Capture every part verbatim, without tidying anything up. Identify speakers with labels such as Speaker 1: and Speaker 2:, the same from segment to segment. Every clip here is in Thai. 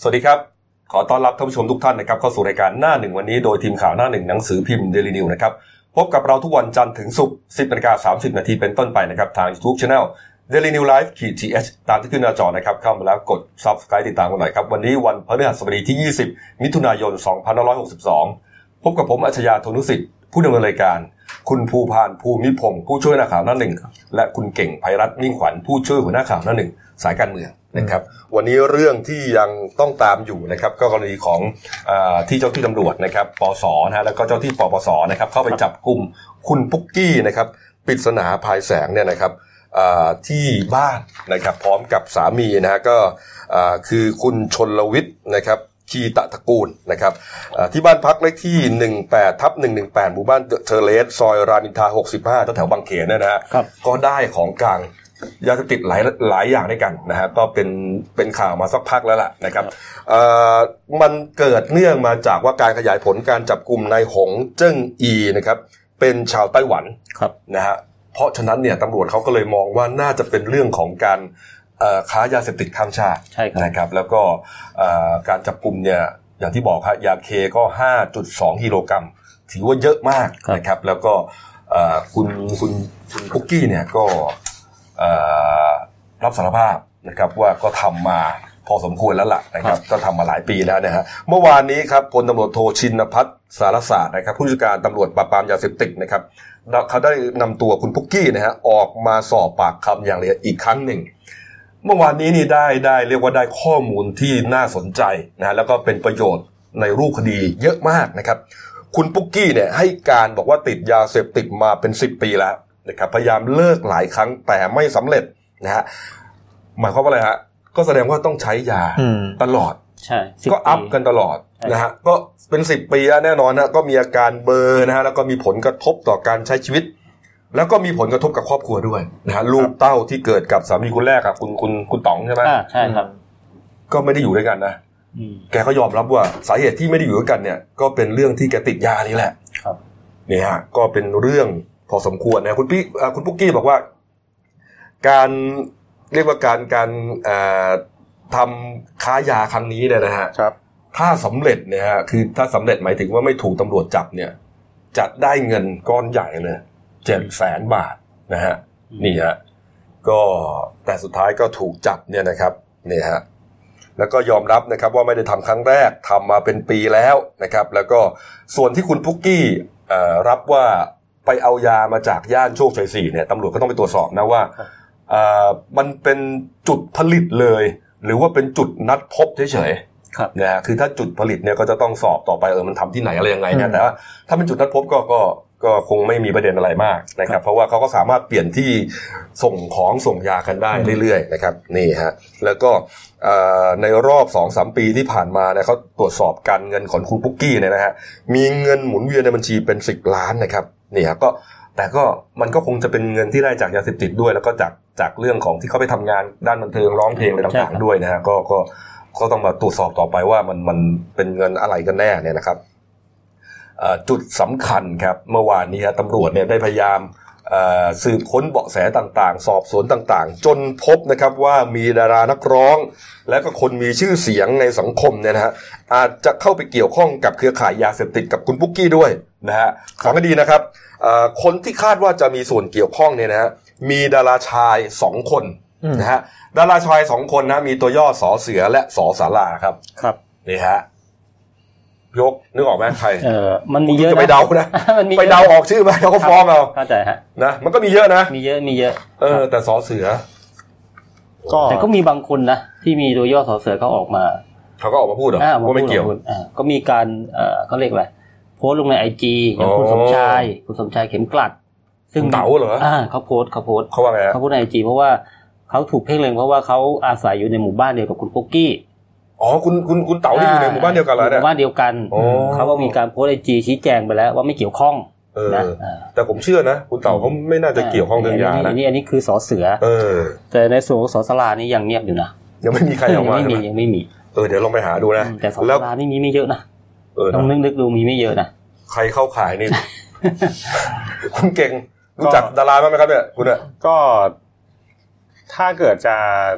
Speaker 1: สวัสดีครับขอต้อนรับท่านผู้ชมทุกท่านนะครับเข้าสู่รายการหน้าหนึ่งวันนี้โดยทีมข่าวหน้าหนึ่งหนังสือพิมพ์ Daily News นะครับพบกับเราทุกวันจันทร์ถึงศุกร์ สิบนาฬิกาสามสิบนาทีเป็นต้นไปนะครับทาง YouTube Channel Daily News Live ที เอช ตามที่ขึ้นหน้าจอนะครับเข้ามาแล้วกด Subscribe ติดตามกันหน่อยครับวันนี้วันพฤหัสบดีที่ยี่สิบมิถุนายนสองพันห้าร้อยหกสิบสองพบกับผมอัจฉริยะ โทนุสิทธิ์ผู้ดำเนินรายการคุณภูพานภูมิพงศ์ผู้ช่วยนักข่าวหน้าหนึ่งและคุณเก่งไพรัตน์มิ่งขวัญผู้ช่วยหัวหน้าข่าวหน้าหนึ่งสายการเมืองนะครับวันนี้เรื่องที่ยังต้องตามอยู่นะครับก็กรณีของอ่าที่เจ้าที่ตำรวจนะครับปสนะฮะแล้วก็เจ้าที่ปปสนะครับเข้าไปจับกุมคุณปุ๊กกี้นะครับปริศนาภายแสงเนี่ยนะครับอ่าที่บ้านนะครับพร้อมกับสามีนะฮะก็อ่าคือคุณชลวิทย์นะครับคีตะตระกูลนะครับที่บ้านพักเลขที่ หนึ่งแปดทับหนึ่งหนึ่งแปด หมู่บ้านเทอร์เลสซอยรามอินทราหกสิบห้าแถวๆบางเขนนะฮะก็ได้ของกลางยาเสพติดหลายหลายอย่างด้วยกันนะฮะก็เป็นเป็นข่าวมาสักพักแล้วล่ะนะครับมันเกิดเนื่องมาจากว่าการขยายผลการจับกุมนายหงเจิ้งอีนะครับเป็นชาวไต้หวันนะฮะเพราะฉะนั้นเนี่ยตำรวจเขาก็เลยมองว่าน่าจะเป็นเรื่องของการค้ายาเสพติดข้ามชาตินะครับแล้วก็การจับกุมเนี่ยอย่างที่บอกครับยาเคก็ ห้าจุดสอง กิโลกรัมถือว่าเยอะมากนะครับแล้วก็คุณคุณคุณปุ๊กกี้เนี่ยก็รับสารภาพนะครับว่าก็ทำมาพอสมควรแล้วล่ะนะครับก็ทำมาหลายปีแล้วนะฮะเมื่อวานนี้ครับพลตำรวจโทชินภัทรสารศาสตร์นะครับผู้จัดการตำรวจปราบปรามยาเสพติดนะครับเขาได้นำตัวคุณปุ๊กกี้นะฮะออกมาสอบปากคำอย่างละเอียดอีกครั้งหนึ่งเมื่อวานนี้นี่ได้ได้เรียกว่าได้ข้อมูลที่น่าสนใจนะแล้วก็เป็นประโยชน์ในรูปคดีเยอะมากนะครับคุณปุ๊กกี้เนี่ยให้การบอกว่าติดยาเสพติดมาเป็นสิบปีแล้วนะครับพยายามเลิกหลายครั้งแต่ไม่สำเร็จนะฮะหมายความว่าอะไรฮะก็แสดงว่าต้องใช้ยาตลอด
Speaker 2: ใช่
Speaker 1: ก็อัพกันตลอดนะฮะก็เป็นสิบปีแล้วแน่นอนนะก็มีอาการเบลอนะฮะแล้วก็มีผลกระทบต่อการใช้ชีวิตแล้วก็มีผลกระทบกับครอบครัวด้วยนะฮะลูกเต้าที่เกิดกับสามีคนแรกอะคุณคุณคุณต๋องใช่ไหม
Speaker 2: อ่าใช่ครับ
Speaker 1: ก็ไม่ได้อยู่ด้วยกันนะแกก็ยอมรับว่าสาเหตุที่ไม่ได้อยู่ด้วยกันเนี่ยก็เป็นเรื่องที่แกติดยานี่แหละ
Speaker 2: ครับ
Speaker 1: เนี่ยฮะก็เป็นเรื่องพอสมควรนะคุณพี่คุณปุ๊กกี้บอกว่าการเรียกว่าการการทำค้ายาครั้งนี้เนี่ยนะฮะถ้าสำเร็จเนี่ยฮะคือถ้าสำเร็จหมายถึงว่าไม่ถูกตำรวจจับเนี่ยจะได้เงินก้อนใหญ่เลยเจ็ดแสนบาทนะฮะนี่ฮะก็แต่สุดท้ายก็ถูกจับเนี่ยนะครับนี่ฮะแล้วก็ยอมรับนะครับว่าไม่ได้ทำครั้งแรกทำมาเป็นปีแล้วนะครับแล้วก็ส่วนที่คุณปุ๊กกี้รับว่าไปเอายามาจากย่านโชคชัยสี่เนี่ยตำรวจก็ต้องไปตรวจสอบนะว่ามันเป็นจุดผลิตเลยหรือว่าเป็นจุดนัดพบเฉยๆนะฮะคือถ้าจุดผลิตเนี่ยก็จะต้องสอบต่อไปเออมันทำที่ไหนอะไรยังไงเนี่ยแต่ว่าถ้าเป็นจุดนัดพบก็ก็ก็คงไม่มีประเด็นอะไรมากนะครับเพราะว่าเขาก็สามารถเปลี่ยนที่ส่งของส่งยากันได้เรื่อยๆนะครับนี่ฮะแล้วก็ในรอบ สองถึงสาม ปีที่ผ่านมาเนี่ยเขาตรวจสอบการเงินของคุณปุ๊กกี้เนี่ยนะฮะมีเงินหมุนเวียนในบัญชีเป็นสิบล้านนะครับนี่ครับก็แต่ก็มันก็คงจะเป็นเงินที่ได้จากยาเสพติดด้วยแล้วก็จากจากเรื่องของที่เขาไปทำงานด้านบันเทิงร้องเพลงอะไรต่างๆด้วยนะฮะก็ก็ก็ต้องมาตรวจสอบต่อไปว่ามันมันเป็นเงินอะไรกันแน่เนี่ยนะครับจุดสำคัญครับเมื่อวานนี้ฮะตำรวจเนี่ยได้พยายามสืบค้นเบาะแสต่างๆสอบสวนต่างๆจนพบนะครับว่ามีดารานักร้องและก็คนมีชื่อเสียงในสังคมเนี่ยนะฮะอาจจะเข้าไปเกี่ยวข้องกับเครือข่ายยาเสพติดกับคุณปุ๊กกี้ด้วยนะฮะฟังให้ดีนะครับคนที่คาดว่าจะมีส่วนเกี่ยวข้องเนี่ยนะฮะมีดาราชายสองคนนะฮะดาราชายสองคนนะมีตัวย่อสอเสือและสอศาลาครับ
Speaker 2: ครับ
Speaker 1: นี่ฮะยกนึกออกไหมใคร
Speaker 2: เออมันมีเยอะ
Speaker 1: จะไปเดานะไปเดาออกชื่อไหมเขาก็ฟ้องเอา
Speaker 2: เข้าใจฮะ
Speaker 1: นะมันก็มีเยอะนะ
Speaker 2: มีเยอะมีเยอะ
Speaker 1: เออแต่สอเสือ
Speaker 2: ก็แต่ก็มีบางคนนะที่มีตัวย่อสอเสือเขาออกมา
Speaker 1: เขาก็ออกมาพูดเหรอว่าไม่เกี่ยว
Speaker 2: ก็มีการเอ่อเขาเรียกอะไรโพสต์ลงใน ไอ จี อย่างคุณสมชายคุณสมชายเข็มกลัด
Speaker 1: ซึ่งเต๋าเหรอ
Speaker 2: อ่าเขาโพสต์เขาโพสต์
Speaker 1: เขาว่าไง
Speaker 2: เขาโพสต์ใน ไอ จี เพราะว่าเขาถูกเพ่งเล็งเพราะว่าเขาอาศัยอยู่ในหมู่บ้านเดียวกับคุณปุ๊กกี้
Speaker 1: อ๋อคุณคุณคุณเต๋าที่อยู่ในหมู่บ้านเดียวกันแล้วเนี่ย
Speaker 2: หมู่บ้านเดียวกันเขาก็มีการโพสต์ ไอ จี ชี้แจงไปแล้วว่าไม่เกี่ยวข้อง
Speaker 1: นะแต่ผมเชื่อนะคุณเต๋าเขาไม่น่าจะเกี่ยวข้องเรื่องยานะ
Speaker 2: อันนี้อันนี้คือสอเสือ
Speaker 1: เออ
Speaker 2: แต่ในส่วนของสอศาลานี่ยังเงียบอยู่นะ
Speaker 1: ยังไม่มีใครออกมา
Speaker 2: ไม่มียังไม่มี
Speaker 1: เออเดี๋ยวลองไปหาดูนะ
Speaker 2: แต่สอศาลานี่มีไม่เยอะนะต้องนึกๆดูมีไม่เยอะนะ
Speaker 1: ใครเข้าขายนี่คุณเก่งรู้จักดาราบ้างไหมครับเนี่ยคุณอ่ะ
Speaker 3: ก็ถ้าเกิดจะ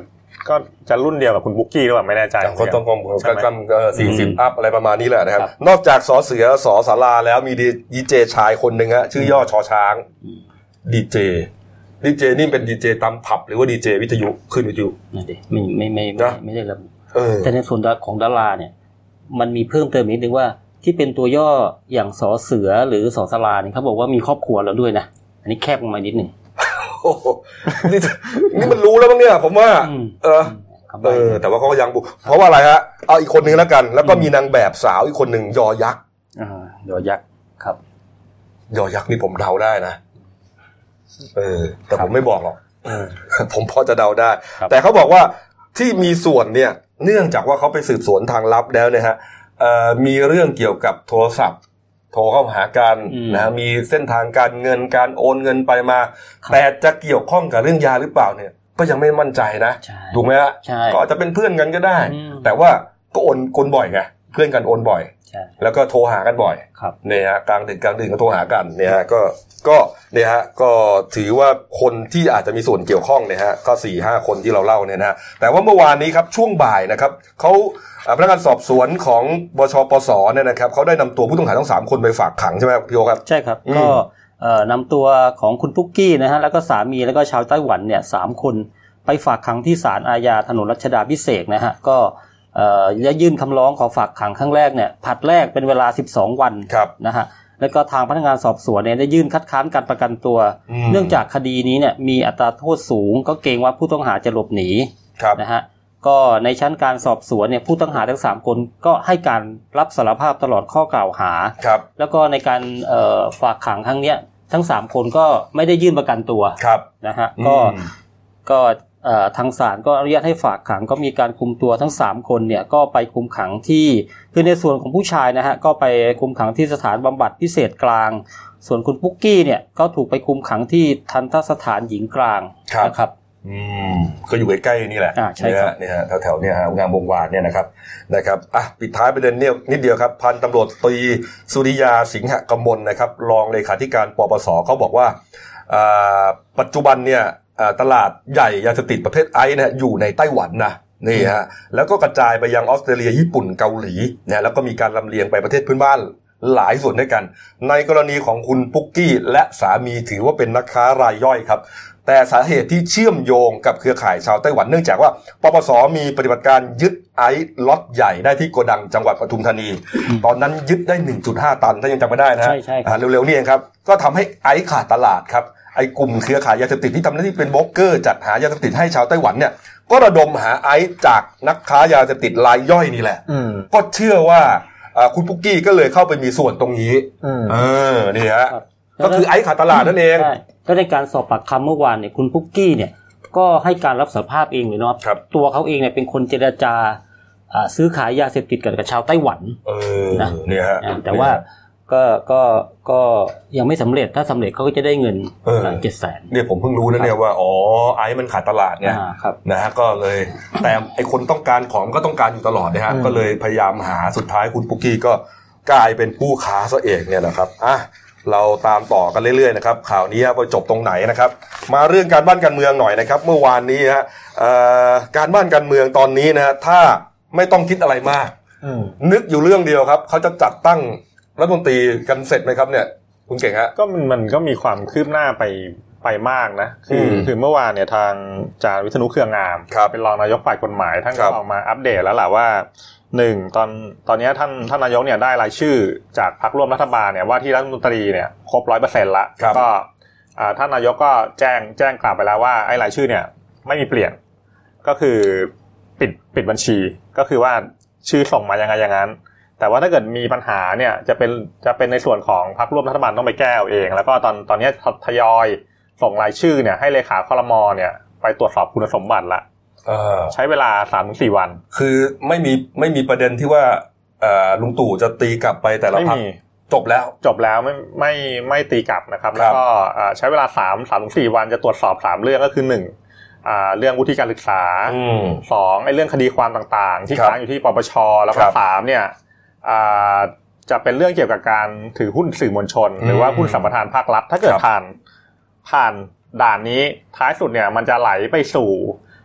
Speaker 3: ก็จะรุ่นเดียวกับคุณบุ๊กกี้หรือเปล่าไม่แน่ใจ
Speaker 1: ก็ต้องกำก็สี่สิบอัพอะไรประมาณนี้แหละนะครับนอกจากสอเสือสอศาลาแล้วมีดีเจชายคนนึงฮะชื่อย่อชอช้างดีเจดีเจนี่เป็นดีเจตามผับหรือว่าดีเจวิทยุขึ้นวิทยุ
Speaker 2: นั่นดิไม่ไม่ไม่ไม่ไม่ได้ระบุแต่ในส่วนของดาราเนี่ยมันมีเพิ่มเติมนิดนึงว่าที่เป็นตัวย่ออย่างสอเสือหรือสอศาลาเนี่ยเขาบอกว่ามีครอบครัวแล้วด้วยนะอันนี้แคบลงมานิดนึง
Speaker 1: โอ้นี่นี่มันรู้แล้วมั้งเนี่ยผมว่าเออเออแต่ว่าเขาก็ยังบุเพราะว่าอะไรฮะเอาอีกคนนึงแล้วกันแล้วก็มีนางแบบสาวอีกคนนึงยอยักษ์
Speaker 2: อ่ายอยักษ์ครับ
Speaker 1: ยอยักษ์นี่ผมเดาได้นะเออแต่ผมไม่บอกหรอกผมพอจะเดาได้แต่เขาบอกว่าที่มีส่วนเนี่ยเนื่องจากว่าเขาไปสืบสวนทางลับแล้วเนี่ยฮะเอ่อมีเรื่องเกี่ยวกับโทรศัพท์โทรเข้าหากันนะมีเส้นทางการเงินการโอนเงินไปมาแต่จะเกี่ยวข้องกับเรื่องยาหรือเปล่าเนี่ยก็ยังไม่มั่นใจนะถูกไหมฮะก็อาจจะเป็นเพื่อนกันก็ได้แต่ว่าก็โอนคนบ่อยไงเพื่อนกันโอนบ่อยแล้วก็โทรหากันบ่อยเนี่ยฮะกลางดึกกลางดึกก็โทรหากันเนี่ยฮะก็ก็เนี่ยฮะก็ถือว่าคนที่อาจจะมีส่วนเกี่ยวข้องเนี่ยฮะก็ สี่ห้า คนที่เราเล่าเนี่ยนะแต่ว่าเมื่อวานนี้ครับช่วงบ่ายนะครับเขาพนักงานสอบสวนของบชปสเนี่ยนะครับเขาได้นำตัวผู้ต้องหาทั้งสามคนไปฝากขังใช่ไหมพี่โอครับ
Speaker 2: ใช่ครับก็นำตัวของคุณปุ๊กกี้นะฮะแล้วก็สามีแล้วก็ชาวไต้หวันเนี่ยสามคนไปฝากขังที่ศาลอาญาถนนรัชดาภิเษกนะฮะก็เอ่อยื่นคำร้องขอฝากขังครั้งแรกเนี่ยผลัดแรกเป็นเวลาสิบสองวันนะฮะแล้วก็ทางพนักงานสอบสวนเนี่ยได้ยื่นคัดค้านการประกันตัวเนื่องจากคดีนี้เนี่ยมีอัตราโทษสูงก็เกรงว่าผู้ต้องหาจะหลบหนีนะฮะก็ในชั้นการสอบสวนเนี่ยผู้ต้องหาทั้งสามคนก็ให้การรับสารภาพตลอดข้อกล่าวหาแล้วก็ในการเอ่อฝากขังครั้งเนี้ยทั้งสามคนก็ไม่ได้ยื่นประกันตัวนะฮะก็ก็เอ่อทางศาลก็อนุญาตให้ฝากขังก็มีการคุมตัวทั้งสามคนเนี่ยก็ไปคุมขังที่คือในส่วนของผู้ชายนะฮะก็ไปคุมขังที่สถานบำบัดพิเศษกลางส่วนคุณปุ๊กกี้เนี่ยก็ถูกไปคุมขังที่ทัณฑสถานหญิงกลางนะครับ
Speaker 1: อืมก็อยู่ใกล้ๆนี่แหละ
Speaker 2: ใช่ครับ
Speaker 1: เนี่ยฮะแถวๆเนี่ยฮะงามวงวานเนี่ยนะครับนะครับอ่ะปิดท้ายประเด็นเนี่ยนิดเดียวครับพันตำรวจตรีสุริยาสิงหกมลนะครับรองเลขาธิการปปสเขาบอกว่าอ่าปัจจุบันเนี่ยตลาดใหญ่ยาเสพติดประเภทไอซ์เนี่ยอยู่ในไต้หวันนะนี่ฮะแล้วก็กระจายไปยังออสเตรเลียญี่ปุ่นเกาหลีเนี่ยแล้วก็มีการลำเลียงไปประเทศเพื่อนบ้านหลายส่วนด้วยกันในกรณีของคุณปุ๊กกี้และสามีถือว่าเป็นนักค้ารายย่อยครับแต่สาเหตุที่เชื่อมโยงกับเครือข่ายชาวไต้หวันเนื่องจากว่าปปสมีปฏิบัติการยึดไอซ์ล็อตใหญ่ได้ที่โกดังจังหวัดปทุมธานีตอนนั้นยึดได้ หนึ่งจุดห้า ตันถ้ายังจำไม่ได้นะฮะเร็วๆนี่เองครับก็ทำให้ไอซ์ขาดตลาดครับไอ้กลุ่มเครือข่ายยาเสพติดที่ทำหน้าที่เป็นโบรกเกอร์จัดหายาเสพติดให้ชาวไต้หวันเนี่ยก็ระดมหาไอซ์จากนักค้ายาเสพติดรายย่อยนี่แหละก็เชื่อว่าคุณปุ๊กกี้ก็เลยเข้าไปมีส่วนตรงนี้เออนี่ฮะก็คือไอซ์ขาดตลาดนั่นเอง
Speaker 2: ก็ในการสอบปากคำเมื่อวานเนี่ยคุณปุ๊กกี้เนี่ยก็ให้การรับสารภาพเองเลยเนาะตัวเขาเองเนี่ยเป็นคนเจรจาซื้อขายยาเสพติดกับชาวไต้หวัน
Speaker 1: เออนะเนี่ยฮะ
Speaker 2: แต่ว่าก็ก็ก็ยังไม่สำเร็จถ้าสำเร็จเขาก็จะได้เงินเจ็ดแสน
Speaker 1: เนี่ยผมเพิ่งรู้นะเนี่ยว่าอ๋อไอซ์มันขาดตลาดเนี่ยนะฮะก็เลยแต่ไอคนต้องการของก็ต้องการอยู่ตลอดนะฮะก็เลยพยายามหาสุดท้ายคุณปุ๊กกี้ก็กลายเป็นผู้ค้าซะเองเนี่ยนะครับอ่ะเราตามต่อกันเรื่อยๆนะครับข่าวนี้ไปจบตรงไหนนะครับมาเรื่องการบ้านการเมืองหน่อยนะครับเมื่อวานนี้ฮะการบ้านการเมืองตอนนี้นะถ้าไม่ต้องคิดอะไรมากนึกอยู่เรื่องเดียวครับเขาจะจัดตั้งรัฐมนตรีกันเสร็จไหมครับเนี่ยคุณเก่งฮะ
Speaker 3: ก็มันมันก็มีความคืบหน้าไปไปมากนะคือคือเมื่อวานเนี่ยทางอาจารย์วิษณุเครืองามเป็นรองนายกฝ่ายกฎหมายท่านก็ออกมาอัปเดตแล้วแหละว่าหนึ่งตอนตอนนี้ท่านท่านนายกเนี่ยได้รายชื่อจากพรรคร่วมรัฐบาลเนี่ยว่าที่รัฐมนตรีเนี่ยครบ ร้อยเปอร์เซ็นต์ ละก็ท่านนายกก็แจ้งแจ้งกลับไปแล้วว่าไอ้รายชื่อเนี่ยไม่มีเปลี่ยนก็คือปิดปิดบัญชีก็คือว่าชื่อส่งมายังไงอย่างนั้นแต่ว่าถ้าเกิดมีปัญหาเนี่ยจะเป็นจะเป็นในส่วนของพรรคร่วมรัฐบาลต้องไปแก้เอาเองแล้วก็ตอนตอนนี้ทยอยส่งรายชื่อเนี่ยให้เลขาครม.เนี่ยไปตรวจสอบคุณสมบัติละใช้เวลา สามถึงสี่ วัน
Speaker 1: คือไม่มีไม่มีประเด็นที่ว่าลุงตู่จะตีกลับไปแต่ละพรรคจบแล้ว
Speaker 3: จบแล้วไม่ไม่ไม่ตีกลับนะครับแล้วก็ใช้เวลา3 3ถึงสี่ วันจะตรวจสอบสามเรื่องก็คือหนึ่งอ่าเรื่องวุฒิการศึกษาสองไอ้เรื่องคดีความต่างๆที่ค้างอยู่ที่ปปชแล้วก็สามเนี่ยอ่าจะเป็นเรื่องเกี่ยวกับการถือหุ้นสื่อมวลชนหรือว่าหุ้นสัมปทานภาครัฐถ้าเกิดผ่านผ่านด่านนี้ท้ายสุดเนี่ยมันจะไหลไปสู่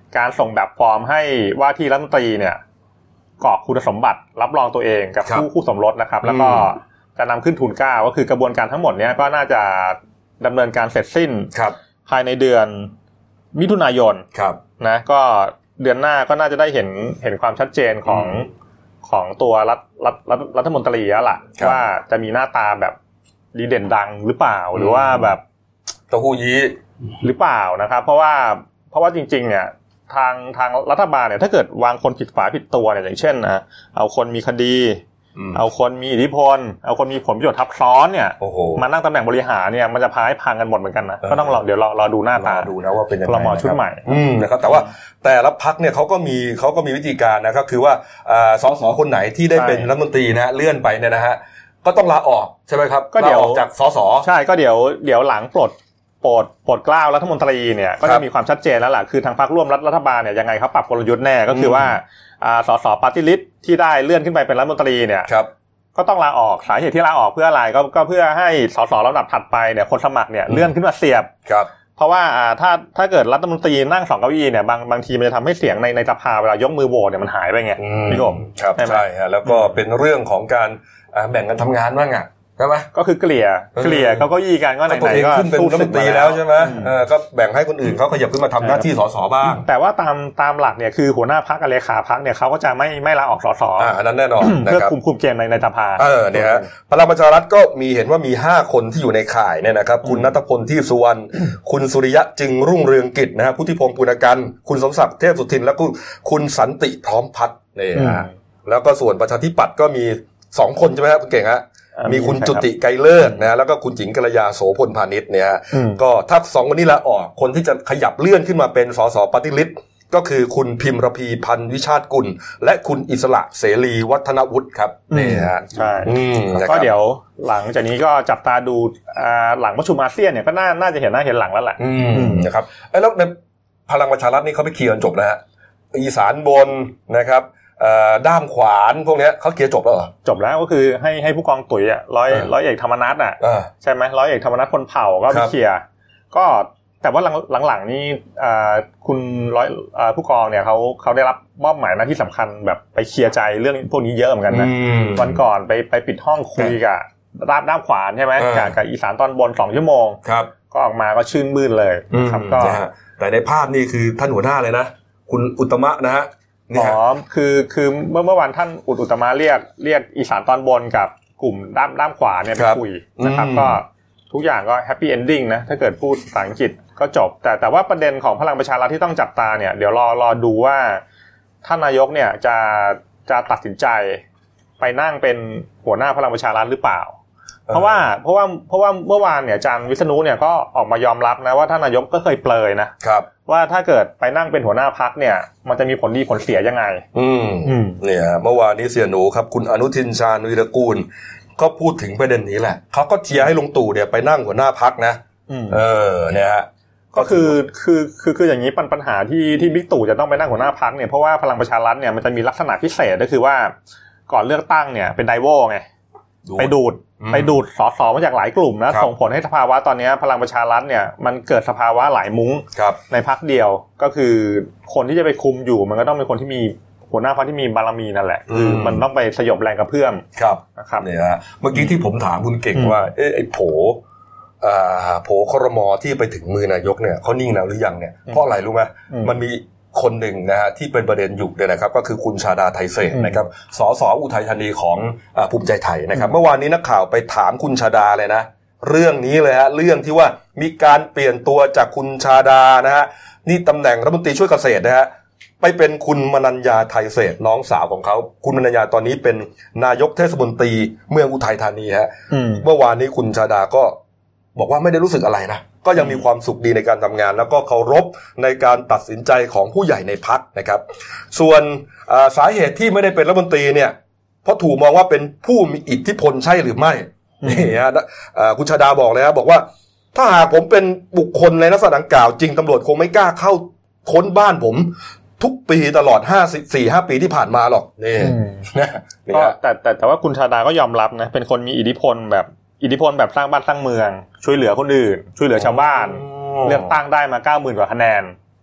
Speaker 3: การส่งแบบฟอร์มให้ว่าที่รัฐมนตรีเนี่ยกรอกคุณสมบัติรับรองตัวเองกับผู้คู่สมรสนะครับแล้วก็จะนำขึ้นทูลเกล้าก็คือกระบวนการทั้งหมดเนี้ยก็น่าจะดำเนินการเสร็จสิ้นภายในเดือนมิถุนายนนะก็เดือนหน้าก็น่าจะได้เห็นเห็นความชัดเจนของของตัวรัฐรัฐรัฐมนตรีแล้วล่ะว่าจะมีหน้าตาแบบดีเด่นดังหรือเปล่าหรือว่าแบบ
Speaker 1: เต้าหู้ยี้
Speaker 3: หรือเปล่านะครับเพราะว่าเพราะว่าจริงๆเนี่ยทางทางรัฐบาลเนี่ยถ้าเกิดวางคนผิดฝาผิดตัวเนี่ยอย่างเช่นนะเอาคนมีคดีเอาคนมีอิทธิพลเอาคนมีผลประโยชน์ทับซ้อนเนี่ยมานั่งตำแหน่งบริหารเนี่ยมันจะพาให้พังกันหมดเหมือนกันนะก็ต้องรอเดี๋ยวรอรอดูหน้าตา
Speaker 1: ดูนะว่าเป็นยังไง
Speaker 3: ครม.ชุดใหม่
Speaker 1: นะครับแต่ว่าแต่ละพรรคเนี่ยเขาก็มีเขาก็มีวิธีการนะครับคือว่าสสคนไหนที่ได้เป็นรัฐมนตรีนะเลื่อนไปเนี่ยนะฮะก็ต้องลาออกใช่ไหมครับ
Speaker 3: ก็เดี๋ยว
Speaker 1: จากสส
Speaker 3: ใช่ก็เดี๋ยวเดี๋ยวหลังปลดโปรดโปรดเกล้ารัฐมนตรีเนี่ยก็จะมีความชัดเจนแล้วล่ะคือทางพรรคร่วมรัฐบาลเนี่ยยังไงเขาปรับกลยุทธ์แน่ก็คือว่าสสปาร์ตี้ลิสต์ที่ได้เลื่อนขึ้นไปเป็นรัฐมนตรีเนี่ยก็ต้องลาออกสาเหตุที่ลาออกเพื่ออะไรก็ก็เพื่อให้สสลำดับถัดไปเนี่ยคนสมัครเนี่ยเลื่อนขึ้นมาเสียบเพราะว่าถ้าถ้าเกิดรัฐมนตรีนั่งสองเก้าอี้เนี่ยบางบางทีมันจะทำให้เสียงในในสภาเวลายกมือโหวตเนี่ยมันหายไปไงพี่กบ
Speaker 1: ใช่ฮะแล้วก็เป็นเรื่องของการแบ่งกันทำงานบ้างอ่ะใช่ไหม
Speaker 3: ก็คือเกลี่ยเกลี่ยเขาก็ยี่กันก็ไหนๆก็
Speaker 1: ขึ้นเป็นรัฐมนตรีแล้วใช่ไหมเออก็แบ่งให้คนอื่นเขาขยับขึ้นมาทำหน้าที่สสบ้าง
Speaker 3: แต่ว่าตามตามหลักเนี่ยคือหัวหน้าพรรคกับเลขาพรรคเนี่ยเขาก็จะไม่ไม่ลาออกสส
Speaker 1: อ่าอันนั้นแน่นอน
Speaker 3: เพื่อคุมคุมเกมในในสภา
Speaker 1: เออเนี่ยฮะพลังประชารัฐก็มีเห็นว่ามีห้าคนที่อยู่ในข่ายเนี่ยนะครับคุณณัฐพลที่สุวรรณคุณสุริยะจึงรุ่งเรืองกิจนะฮะพุทธิพงศ์ปุณกันคุณสมศักดิ์เทพสุทินและคุณสันติพร้อมพัฒน์เนี่ยแล้วก็ส่วนประชาธิปัตย์ก็มีสองคนใช่ไหมครับคุณเก่งฮะมีคุณจุติไกรเลิศนะแล้วก็คุณจิ๋งกัลยาโสพลพาณิชย์เนี่ยก็ถ้าสองคนนี้ลาออกคนที่จะขยับเลื่อนขึ้นมาเป็นสสปฏิริษีก็คือคุณพิมรพีพันธ์วิชาติกุลและคุณอิสระเสรีวัฒนวุฒิครับนี่ฮะ
Speaker 3: ใช่ก็เดี๋ยวหลังจากนี้ก็จับตาดูหลังประชุมอาเซียนเนี่ยก็น่าน่าจะเห็นหน้าเห็นหลังแล้วแหละ
Speaker 1: นะครับแล้วในพลังประชารัฐนี่เขาไปเคลียร์จบแล้วฮะอีสานบนนะครับด้ามขวานพวกนี้เขาเคลียร์จบแล้วเหรอ
Speaker 3: จบแล้วก็คือให้ให้ผู้กองตุ๋ยอ่ะร้อยร้อยเอกธรรมนัสอ่ะใช่ไหมร้อยเอกธรรมนัสพลเผ่าก็ไปเคลียร์ก็แต่ว่าหลังๆนี่คุณร้อยผู้กองเนี่ยเขาเขาได้รับมอบหมายหน้าที่สำคัญแบบไปเคลียร์ใจเรื่องพวกนี้เยอะเหมือนกันนะวันก่อนไปไปปิดห้องคุยกับด้ามด้ามขวานใช่ไหมกับกับอีสานตอนบนสองชั่วโมงก็ออกมาก็ชื่นมื่นเลยครับก็
Speaker 1: แต่ในภาพนี่คือท่านหัวหน้าเลยนะคุณอุตตมะนะฮะ
Speaker 3: อ๋อคือคือเมื่อเมื่อวานท่านอุตตมะเรียกเรียกอีสานตอนบนกับกลุ่มด้ามด้ามขวาเนี่ยไปคุยนะครับก็ทุกอย่างก็แฮปปี้เอนดิ้งนะถ้าเกิดพูดภาษาอังกฤษก็จบแต่แต่ว่าประเด็นของพลังประชารัฐที่ต้องจับตาเนี่ยเดี๋ยวรอรอดูว่าท่านนายกเนี่ยจะจะตัดสินใจไปนั่งเป็นหัวหน้าพลังประชารัฐหรือเปล่าเพราะว่าเพราะว่าเพราะว่าเมื่อวานเนี่ยอาจารย์วิษณุเนี่ยก็ออกมายอมรับนะว่าท่านนายกก็เคยเปรยนะครับว่าถ้าเกิดไปนั่งเป็นหัวหน้าพรรคเนี่ยมันจะมีผลดีผลเสียยังไง
Speaker 1: อืมอืมเนี่ยเมื่อวานนี้เสี่ยหนูครับคุณอนุทินชาญวีรกูลก็พูดถึงประเด็นนี้แหละเขาก็เชียร์ให้ลุงตู่เนี่ยไปนั่งหัวหน้าพรรคนะเออเนี่ยฮะ
Speaker 3: ก็คือคือคือคืออย่างนี้ปัญปัญหาที่ที่บิ๊กตู่จะต้องไปนั่งหัวหน้าพรรคเนี่ยเพราะว่าพลังประชารัฐเนี่ยมันจะมีลักษณะพิเศษก็คือว่าก่อนเลือกตั้งเนี่ยเป็นไดโวไงไปดูดไปดูดสสมาจากหลายกลุ่มนะส่งผลให้สภาวะตอนนี้พลังประชารัฐเนี่ยมันเกิดสภาวะหลายมุ้งในพรรคเดียวก็คือคนที่จะไปคุมอยู่มันก็ต้องเป็นคนที่มีหัวหน้าพรรคที่มีบารมีนั่นแหละคือมันต้องไปสยบแรงกระเพื่อม
Speaker 1: ครับนะครับเนี่ยฮะเมื่อกี้ที่ผมถามคุณเก่งว่าเอ๊ะไอ้โผอ่าโผครม.ที่ไปถึงมือนายกเนี่ยเขานิ่งแล้วหรือยังเนี่ยเพราะอะไรรู้ไหมมันมีคนหนึ่งนะฮะที่เป็นประเด็นอยู่เนี่ยนะครับก็คือคุณชาดาไทเศษนะครับสสอุทัยธานีของภูมิใจไทยนะครับเมื่อวานนี้นักข่าวไปถามคุณชาดาเลยนะเรื่องนี้เลยฮะเรื่องที่ว่ามีการเปลี่ยนตัวจากคุณชาดานะฮะนี่ตำแหน่งรัฐมนตรีช่วยเกษตรนะฮะไปเป็นคุณมนัญญาไทเศษน้องสาวของเขาคุณมนัญญาตอนนี้เป็นนายกเทศมนตรีเมืองอุทัยธานีฮะเมื่อวานนี้คุณชาดาก็บอกว่าไม่ได้รู้สึกอะไรนะก็ยังมีความสุขดีในการทำงานแล้วก็เคารพในการตัดสินใจของผู้ใหญ่ในพรรคนะครับส่วนสาเหตุที่ไม่ได้เป็นรัฐมนตรีเนี่ยเพราะถูกมองว่าเป็นผู้มีอิทธิพลใช่หรือไม่นี่ฮะคุณชาดาบอกเลยครับบอกว่าถ้าหากผมเป็นบุคคลในลักษณะดังกล่าวจริงตำรวจคงไม่กล้าเข้าค้นบ้านผมทุกปีตลอดห้า สี่ ห้าปีที่ผ่านมาหรอกนี่นะ
Speaker 3: ก็แต่แต่แต่ว่าคุณชาดาก็ยอมรับนะเป็นคนมีอิทธิพลแบบอิทธิพลแบบสร้างบ้านสร้างเมืองช่วยเหลือคนอื่นช่วยเหลือชาวบ้านเลือกตั้งได้มา เก้าหมื่น กว่าคะแนน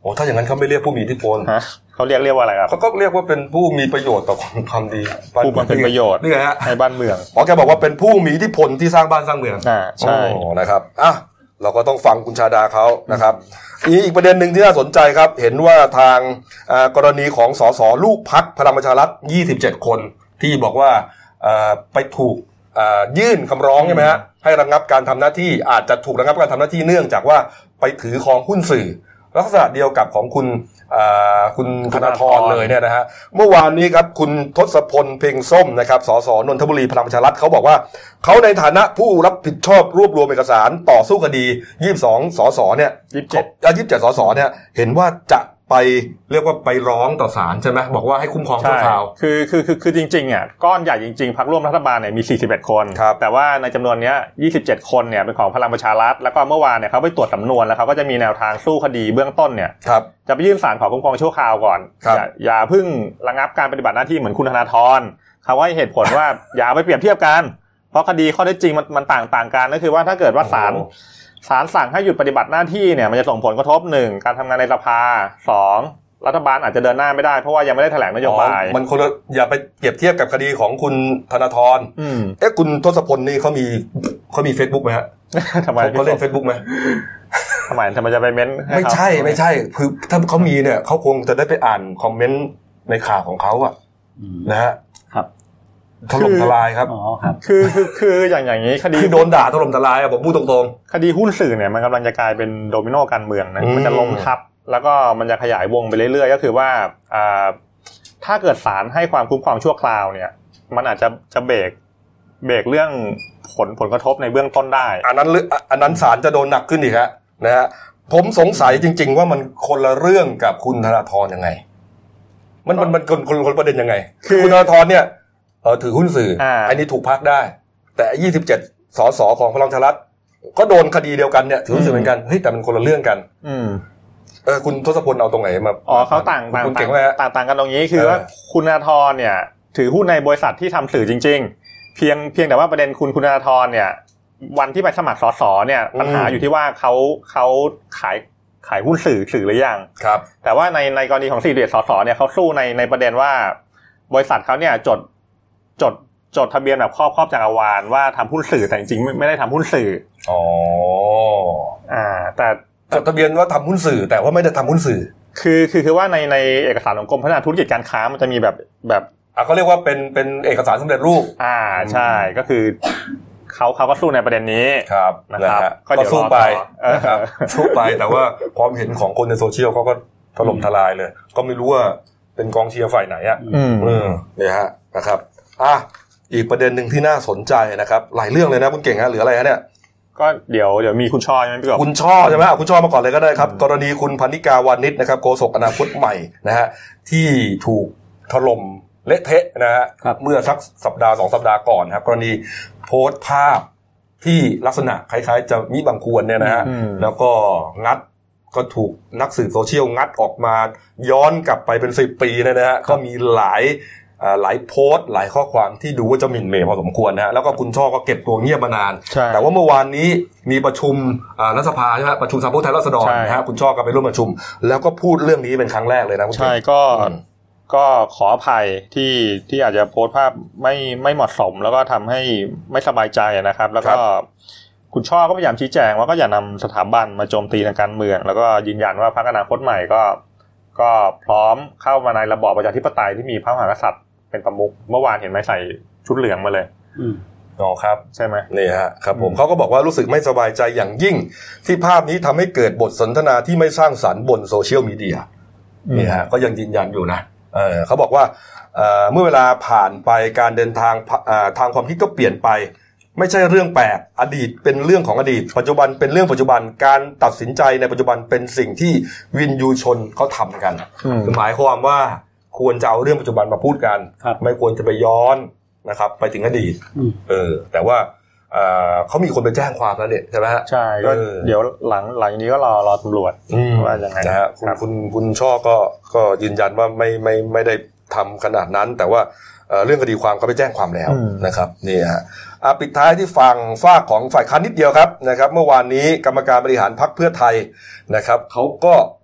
Speaker 1: โอ้ถ้าอย่างนั้นเขาไม่เรียกผู้มีอิทธิพล
Speaker 3: ฮะเขาเรียกเรียกว่าอะไรครับ
Speaker 1: เขาก็เรียกว่าเป็นผู้มีประโยชน์ต่อความดี
Speaker 3: ผู้มันเป็นประโยชน์
Speaker 1: นี่ไงฮะ
Speaker 3: ในบ้านเมือง
Speaker 1: อ๋อแกบอกว่าเป็นผู้มีอิทธิพลที่สร้างบ้านสร้างเมือง
Speaker 3: อ่าใช่
Speaker 1: นะครับอ่ะเราก็ต้องฟังคุณชาดาเขานะครับอีอีกประเด็นหนึ่งที่น่าสนใจครับเห็นว่าทางกรณีของสสลูกพรรคพลังประชารัฐยี่สิบเจ็ดคนที่บอกว่าไปถูกยื่นคำร้องใช่ไหมฮะให้ระงับการทำหน้าที่อาจจะถูกระงับการทำหน้าที่เนื่องจากว่าไปถือครองหุ้นสื่อลักษณะเดียวกับของคุณคุณธนาธรเลยเนี่ยนะฮะเมื่อวานนี้ครับคุณทศพลเพ็งส้มนะครับสสนนทบุรีพลังประชารัฐเขาบอกว่าเขาในฐานะผู้รับผิดชอบรวบรวมเอกสารต่อสู้คดียี่สิบสองสสเนี่ยยี่สิบเจ็ด ยี่สิบเจ็ดสสเนี่ยเห็นว่าจะไปเรียกว่าไปร้องต่อศาลใช่ไหมบอกว่าให้คุ้มครองชั่วคราว
Speaker 3: คือคือคือคือจริงๆอ่ะก้อนใหญ่จริงๆพรรคร่วมรัฐบาลเนี่ยมีสี่สิบเอ็ดคนแต่ว่าในจำนวนนี้ยี่สิบเจ็ดคนเนี่ยเป็นของพลังประชารัฐแล้วก็เมื่อวานเนี่ยเขาไปตรวจสำนวนแล้วเขาก็จะมีแนวทางสู้คดีเบื้องต้นเนี่ยจะไปยื่นศาลขอคุ้มครองชั่วคราวก่อนอย่าอย่าเพิ่งระงับการปฏิบัติหน้าที่เหมือนคุณธนาธรเขาให้เหตุผลว่าอย่าไปเปรียบเทียบกันเพราะคดีข้อเท็จจริงมันมันต่างต่างกันก็คือว่าถ้าเกิดว่าศาลศาลสั่งให้หยุดปฏิบัติหน้าที่เนี่ยมันจะส่งผลกระทบหนึ่งการทำงานในสภาสองรัฐบาลอาจจะเดินหน้าไม่ได้เพราะว่ายังไม่ได้แถลงนโยบาย
Speaker 1: มันคนละอย่าไปเปรียบเทียบกับคดีของคุณธนาธรเอ๊ะคุณทศพลนี่เขามีเขามี Facebook มั้ยฮะ
Speaker 3: ทำไม
Speaker 1: เขาเล่น Facebook มั้ย
Speaker 3: ทำไมทำไมจะไปเม้น
Speaker 1: ไม่ใช่ไม่ใช่คือถ้าเขามีเนี่ยเขาคงจะได้ไปอ่านคอมเมนต์ในข่าวของเขาอ่ะนะฮะ
Speaker 2: ครับ
Speaker 1: ถล่มทลายครับ
Speaker 2: อ๋อครับ
Speaker 3: คือคือคืออย่างอย่างนี้คดี
Speaker 1: คือโดนด่าถล่มทลายอ่ะผมพูดตรง
Speaker 3: ๆคดีหุ้นสื่อเนี่ยมันกำลังจะกลายเป็นโดมิโนการเมืองนะมันจะล้มทับแล้วก็มันจะขยายวงไปเรื่อยๆก็คือว่าอ่าถ้าเกิดศาลให้ความคุ้มครองชั่วคราวเนี่ยมันอาจจะจะเบรกเบรกเรื่องผลผลกระทบในเบื้องต้นได้
Speaker 1: อันนั้นอันนั้นศาลจะโดนหนักขึ้นอีกฮะนะฮะผมสงสัยจริงๆว่ามันคนละเรื่องกับคุณธนาธรยังไงมันมันมันคนคนคนประเด็นยังไงคือคุณธนาธรเนี่ยเออถือหุ้นสื่ออันนี้ถูกพักได้แต่ยี่สิบเจ็ดสสของพลังประชารัฐก็โดนคดีเดียวกันเนี่ยถือหุ้นสื่อเหมือนกันเฮ้ยแต่มันคนละเรื่องกัน
Speaker 3: อืม
Speaker 1: เออคุณทศพลเอาตรงไหนมา
Speaker 3: อ๋อเขาต่างต่างต่างต่างกันตรงนี้คือว่าคุณธนาธรเนี่ยถือหุ้นในบริษัทที่ทำสื่อจริงๆเพียงเพียงแต่ว่าประเด็นคุณคุณธนาธรเนี่ยวันที่ไปสมัครสสเนี่ยปัญหาอยู่ที่ว่าเขาเขาขายขายหุ้นสื่อสื่อหรือยัง
Speaker 1: ครับ
Speaker 3: แต่ว่าในในกรณีของสี่สิบเอ็ดสสเนี่ยเขาสู้ในในประเด็นว่าบริษัทเขาเนี่ยจดจดจดทะเบียนแบบครอบครอบจักรวาลว่าทำหุ้นสื่อแต่จริงๆไม่ไม่ได้ทำหุ้นสื่อ
Speaker 1: อ๋อ
Speaker 3: อ่าแต่
Speaker 1: จดทะเบียนว่าทำหุ้นสื่อแต่ว่าไม่ได้ทำหุ้นสื่อ
Speaker 3: คือคือคือว่าในในเอกสารของกรมพัฒนาธุรกิจการค้ามันจะมีแบบแบบ
Speaker 1: อ่ะเขาเรียกว่าเป็นเป็นเอกสารสำเร็จรูป
Speaker 3: อ่าใช่ก็คือเขาเขาก็สู้ในประเด็นนี้
Speaker 1: ครับ
Speaker 3: นะครับ
Speaker 1: ก็สู้ไปนะครับสู้ไปแต่ว่าความเห็นของคนในโซเชียลเขาก็ถล่มทลายเลยก็ไม่รู้ว่าเป็นกองเชียร์ฝ่ายไหนอ่ะ
Speaker 3: อืม
Speaker 1: เนี่ยฮะนะครับอ่ะอีกประเด็นหนึ่งที่น่าสนใจนะครับหลายเรื่องเลยนะคุณเก่งฮะเหลืออะไรฮะเนี่ย
Speaker 3: ก็เดี๋ยวเดี๋ยวมีคุณช่อใช่ไหมพี่กบ
Speaker 1: คุณช่อใช่ไหมคุณช่อมาก่อนเลยก็ได้ครับกรณีคุณพรรณิกาวานิชนะครับโฆษกอนาคตใหม่นะฮะที่ถูกถล่มเละเทะนะฮะเมื่อสักสัปดาห์สองสัปดาห์ก่อนครับกรณีโพสต์ภาพที่ลักษณะคล้ายๆจะมิบังควรเนี่ยนะฮะแล้วก็งัดก็ถูกนักสื่อโซเชียลงัดออกมาย้อนกลับไปเป็นสิบปีนะฮะก็มีหลายหลายโพสต์หลายข้อความที่ดูว่าจะหมิ่นเหม่พอสมควรนะฮะแล้วก็คุณช่อก็เก็บตัวเงียบมานานแต่ว่าเมื่อวานนี้มีประชุมรัฐสภาใช่ไหมประชุมสภาผู้แทนราษฎรนะฮะคุณช่อก็ไปร่วมประชุมแล้วก็พูดเรื่องนี้เป็นครั้งแรกเลยนะ
Speaker 3: ใช่ก็ก็ขออภัยที่ที่อาจจะโพสต์ภาพไม่ไม่เหมาะสมแล้วก็ทำให้ไม่สบายใจนะครับแล้วก็คุณช่อก็พยายามชี้แจงว่าก็อย่านำสถาบันมาโจมตีทางการเมืองแล้วก็ยืนยันว่าพรรคอนาคตใหม่ก็ก็พร้อมเข้ามาในระบอบประชาธิปไตยที่มีพระมหากษัตริย์เป็นประมุขเมื่อวานเห็นไหมใส่ชุดเหลืองมาเลย
Speaker 2: อืม
Speaker 1: อ๋อครับ
Speaker 3: ใช่ไหม
Speaker 1: นี่ฮะครับผมเขาก็บอกว่ารู้สึกไม่สบายใจอย่างยิ่งที่ภาพนี้ทำให้เกิดบทสนทนาที่ไม่สร้างสรรค์บนโซเชียลมีเดียนี่ฮะก็ยังยืนยันอยู่นะเออเขาบอกว่าเอ่อเมื่อเวลาผ่านไปการเดินทางอ่าทางความคิดก็เปลี่ยนไปไม่ใช่เรื่องแปลกอดีตเป็นเรื่องของอดีตปัจจุบันเป็นเรื่องปัจจุบันการตัดสินใจในปัจจุบันเป็นสิ่งที่วินยูชนเขาทำกันหมายความว่าควรจะเอาเรื่องปัจจุบันมาพูดกันไม่ควรจะไปย้อนนะครับไปถึงอดีตเออแต่ว่าเขามีคนไปแจ้งความแล้วเนี่ยใช่ไหมฮะ
Speaker 3: ใช่ก็เดี๋ยวหลังหลังนี้ก็รอรอตำรวจว่ายังไง
Speaker 1: นะฮะคุณคุณคุณช่อก็ก็ยืนยันว่าไม่ไม่ไม่ได้ทำขนาดนั้นแต่ว่าเรื่องคดีความเขาไปแจ้งความแล้วนะครับนี่ฮะปิดท้ายที่ฟังฝากของฝ่ายค้านนิดเดียวครับนะครับเมื่อวานนี้กรรมการบริหารพรรคเพื่อไทยนะครับเขาก็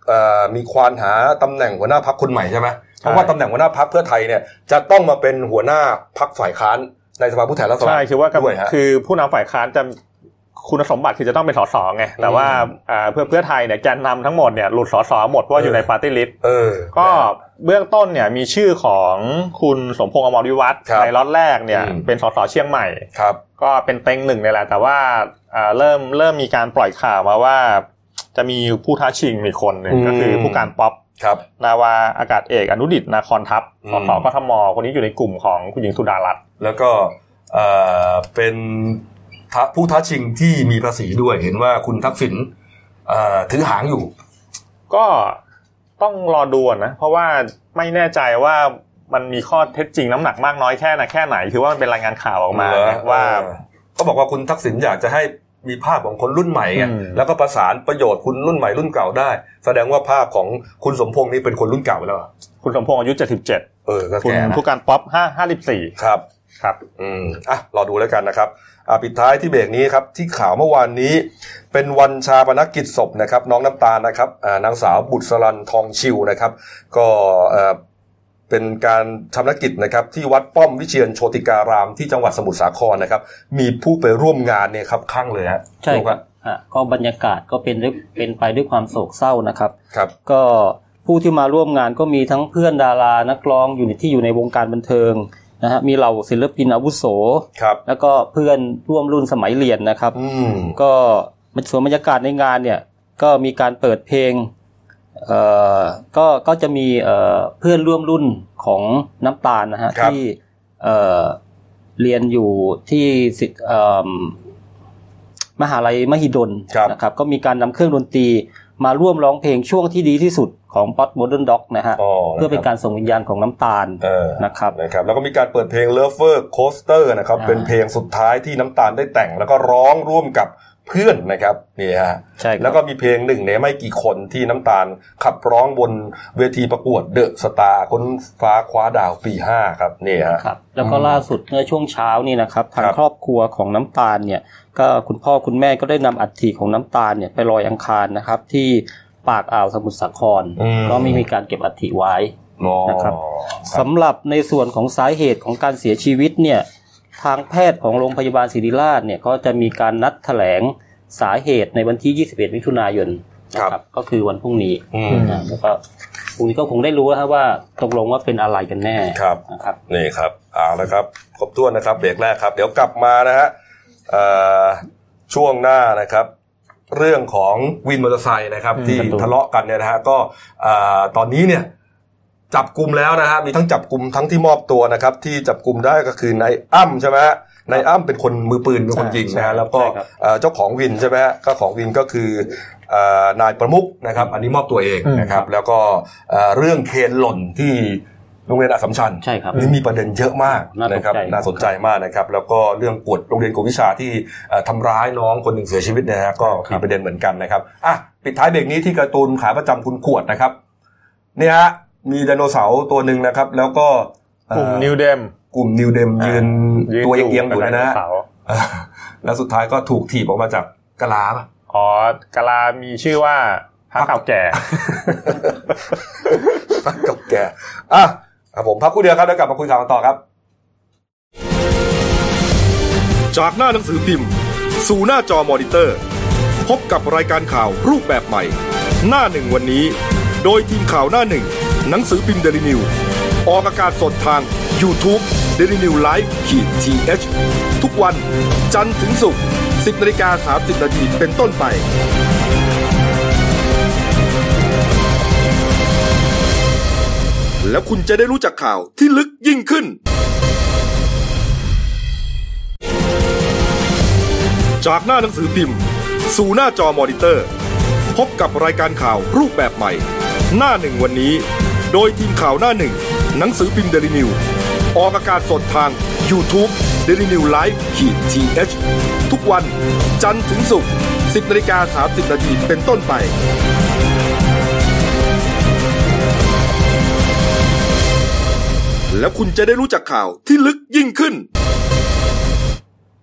Speaker 1: มีควานหาตำแหน่งหัวหน้าพรรคคนใหม่ใช่ไหมเพราะว่าตำแหน่งหัวหน้าพรรคเพื่อไทยเนี่ยจะต้องมาเป็นหัวหน้าพรรคฝ่ายค้านในสภาผู้แทนราษฎร
Speaker 3: ใช่คือว่าคือผู้นำฝ่ายค้านจะคุณสมบัติคือจะต้องเป็นสสไงแต่ว่าเพื่อเพื่อไทยเนี่ยแกนนำทั้งหมดเนี่ยหลุดสสหมดเพราะว่าอยู่ในปาร์ตี้ลิสต์ก็เบื้องต้นเนี่ยมีชื่อของคุณสมพงษ์อมรวิวัฒน์ในล็อตแรกเนี่ยเป็นสสเชียงใหม่ก็เป็นเต็งหนึ่งนี่แหละแต่ว่าเริ่มเริ่มมีการปล่อยข่าวมาว่าจะมีผู้ท้าชิงมีคนนึงก็คือผู้การป๊อปนาวาอากาศเอกอนุดิษฐ์นาคอนทัพสสกทมคนนี้อยู่ในกลุ่มของคุณหญิงสุดารัตน์
Speaker 1: แล้วก็เป็นผู้ท้าชิงที่มีภาษีด้วยเห็นว่าคุณทักษิณถือหางอยู่
Speaker 3: ก็ต้องรอดูนะเพราะว่าไม่แน่ใจว่ามันมีข้อเท็จจริงน้ำหนักมากน้อยแค่ไหนแค่ไหนคือว่ามันเป็นรายงานข่าวออกมาว่า
Speaker 1: ก็บอกว่าคุณทักษิณอยากจะให้มีภาพของคนรุ่นใหม่ไงแล้วก็ประสานประโยชน์คุณรุ่นใหม่รุ่นเก่าได้แสดงว่าภาพของคุณสมพงษ์นี่เป็นคนรุ่นเก่าแล้ว
Speaker 3: คุณสมพงษ์อายุเจ็ดสิบเจ็ด
Speaker 1: เออก็แก่
Speaker 3: นะผู้การป๊อปห้า ห้าสิบสี่
Speaker 1: ครับ
Speaker 3: ครับ
Speaker 1: อืมอ่ะรอดูแล้วกันนะครับอ่ะปิดท้ายที่เบรกนี้ครับที่ข่าวเมื่อวานนี้เป็นวันชาปนกิจศพนะครับน้องน้ำตาลนะครับอ่านางสาวบุษรันทองชิวนะครับก็เอ่อเป็นการชาปนกิจนะครับที่วัดป้อมวิเชียรโชติการามที่จังหวัดสมุทรสาครนะครับมีผู้ไปร่วมงานเนี่ยครับข้างเลยฮะ
Speaker 2: ใช่ครับอ่ะก็บรรยากาศก็เป็นเป็นไปด้วยความโศกเศร้านะครับ
Speaker 1: ครับ
Speaker 2: ก็ผู้ที่มาร่วมงานก็มีทั้งเพื่อนดารานักร้องอยู่ที่อยู่ในวงการบันเทิงนะฮะมีเหล่าศิลปินอาวุโสแล้วก็เพื่อนร่วมรุ่นสมัยเรียนนะครับก็ส่วนบรรยากาศในงานเนี่ยก็มีการเปิดเพลงเอ่อก็ก็จะมีเอ่อเพื่อนร่วมรุ่นของน้ำตาลนะฮะที่เอ่อเรียนอยู่ที่เอ่อมหาลัยมหิดลนะครับก็มีการนำเครื่องดนตรีมาร่วมร้องเพลงช่วงที่ดีที่สุดของ Post Modern Dog นะฮะเพื่อเป็นการส่งวิญญาณของน้ำตาลนะครับ
Speaker 1: นะครับแล้วก็มีการเปิดเพลง Lover Coaster นะครับเป็นเพลงสุดท้ายที่น้ำตาลได้แต่งแล้วก็ร้องร่วมกับเพื่อนนะครับนี่ฮะแล้วก็มีเพลงหนึ่งในไม่กี่คนที่น้ำตาลขับร้องบนเวทีประกวดเดอะสตาร์ค้นฟ้าคว้าดาวปีห้าครับนี่ฮะ
Speaker 2: ครับแล้วก็ล่าสุดเมื่อช่วงเช้านี่นะครับทางครอบครัวของน้ำตาลเนี่ยก็คุณพ่อคุณแม่ก็ได้นำอัฐิของน้ำตาลเนี่ยไปลอยอังคารนะครับที่ปากอ่าวสมุทรสาครก็ไม่มีการเก็บอัฐิไว้นะครับสำหรับในส่วนของสาเหตุของการเสียชีวิตเนี่ยทางแพทย์ของโรงพยาบาลศิริราชเนี่ยก็จะมีการนัดแถลงสาเหตุในวันที่ยี่สิบเอ็ดมิถุนายนนะครับก็คือวันพรุ่งนี้แล้วก็พรุ่งนี้ก็คงได้รู้ว่าว่าตกลงว่าเป็นอะไรกันแน่นะครับ
Speaker 1: นี่ครับเอาละครับครบถ้วนนะครับเบรกแรกครับเดี๋ยวกลับมานะฮะช่วงหน้านะครับเรื่องของวินมอเตอร์ไซค์นะครับที่ทะเลาะกันเนี่ยนะฮะก็ตอนนี้เนี่ยจับกุมแล้วนะฮะมีทั้งจับกุมทั้งที่มอบตัวนะครับที่จับกุมได้ก็คือนายอ้ำใช่ไหมฮะนายอ้ำเป็นคนมือปืนเป็นคนยิงนะฮะแล้วก็เจ้าของวินใช่ไหมฮะก็ของวินก็คือนายประมุขนะครับอันนี้มอบตัวเองนะครับแล้วก็เรื่องเคนหล่นที่โรงเรียนอัสสัมชัญ
Speaker 2: ใช่ครับ
Speaker 1: นี่มีประเด็นเยอะมากนะครับน่าสนใจมากนะครับแล้วก็เรื่องกวดโรงเรียนกวดวิชาที่ทำร้ายน้องคนหนึ่งเสียชีวิตนะฮะก็มีประเด็นเหมือนกันนะครับอ่ะปิดท้ายเบรกนี้ที่การ์ตูนขาประจำคุณขวดนะครับเนี่ยฮะมีไดโนเสาร์ตัวหนึ่งนะครับแล้วก็
Speaker 3: กลุ่มนิวเดม
Speaker 1: กลุ่มนิวเดมยืนตัวเอียงๆอยู่นะฮะแล้วสุดท้ายก็ถูกถีบออกมาจากกะลาป่ะ
Speaker 3: อ๋อกะลามีชื่อว่าพระเก่าแก่
Speaker 1: พระเก่าแก่อ่ะครับผมพักคู่เดียวครับแล้วกลับมาคุยข่าวกันต่อครับจากหน้าหนังสือพิมพ์สู่หน้าจอมอนิเตอร์พบกับรายการข่าวรูปแบบใหม่หน้าหนึ่งวันนี้โดยทีมข่าวหน้าหนึ่งหนังสือพิมพ์ Daily News ออกอากาศสดทาง YouTube Daily News Live ที เอช ทุกวันจันทร์ถึงศุกร์ สิบนาฬิกาสามสิบนาทีเป็นต้นไปแล้วคุณจะได้รู้จักข่าวที่ลึกยิ่งขึ้นจากหน้าหนังสือพิมพ์สู่หน้าจอมอนิเตอร์พบกับรายการข่าวรูปแบบใหม่หน้าหนึ่งวันนี้โดยทีมข่าวหน้าหนึ่งหนังสือพิมพ์ Daily News ออกอากาศสดทาง YouTube Daily News Live ที เอช ทุกวันจันทร์ถึงศุกร์ สิบนาฬิกาสามสิบนาทีเป็นต้นไปแล้วคุณจะได้รู้จักข่าวที่ลึกยิ่งขึ้น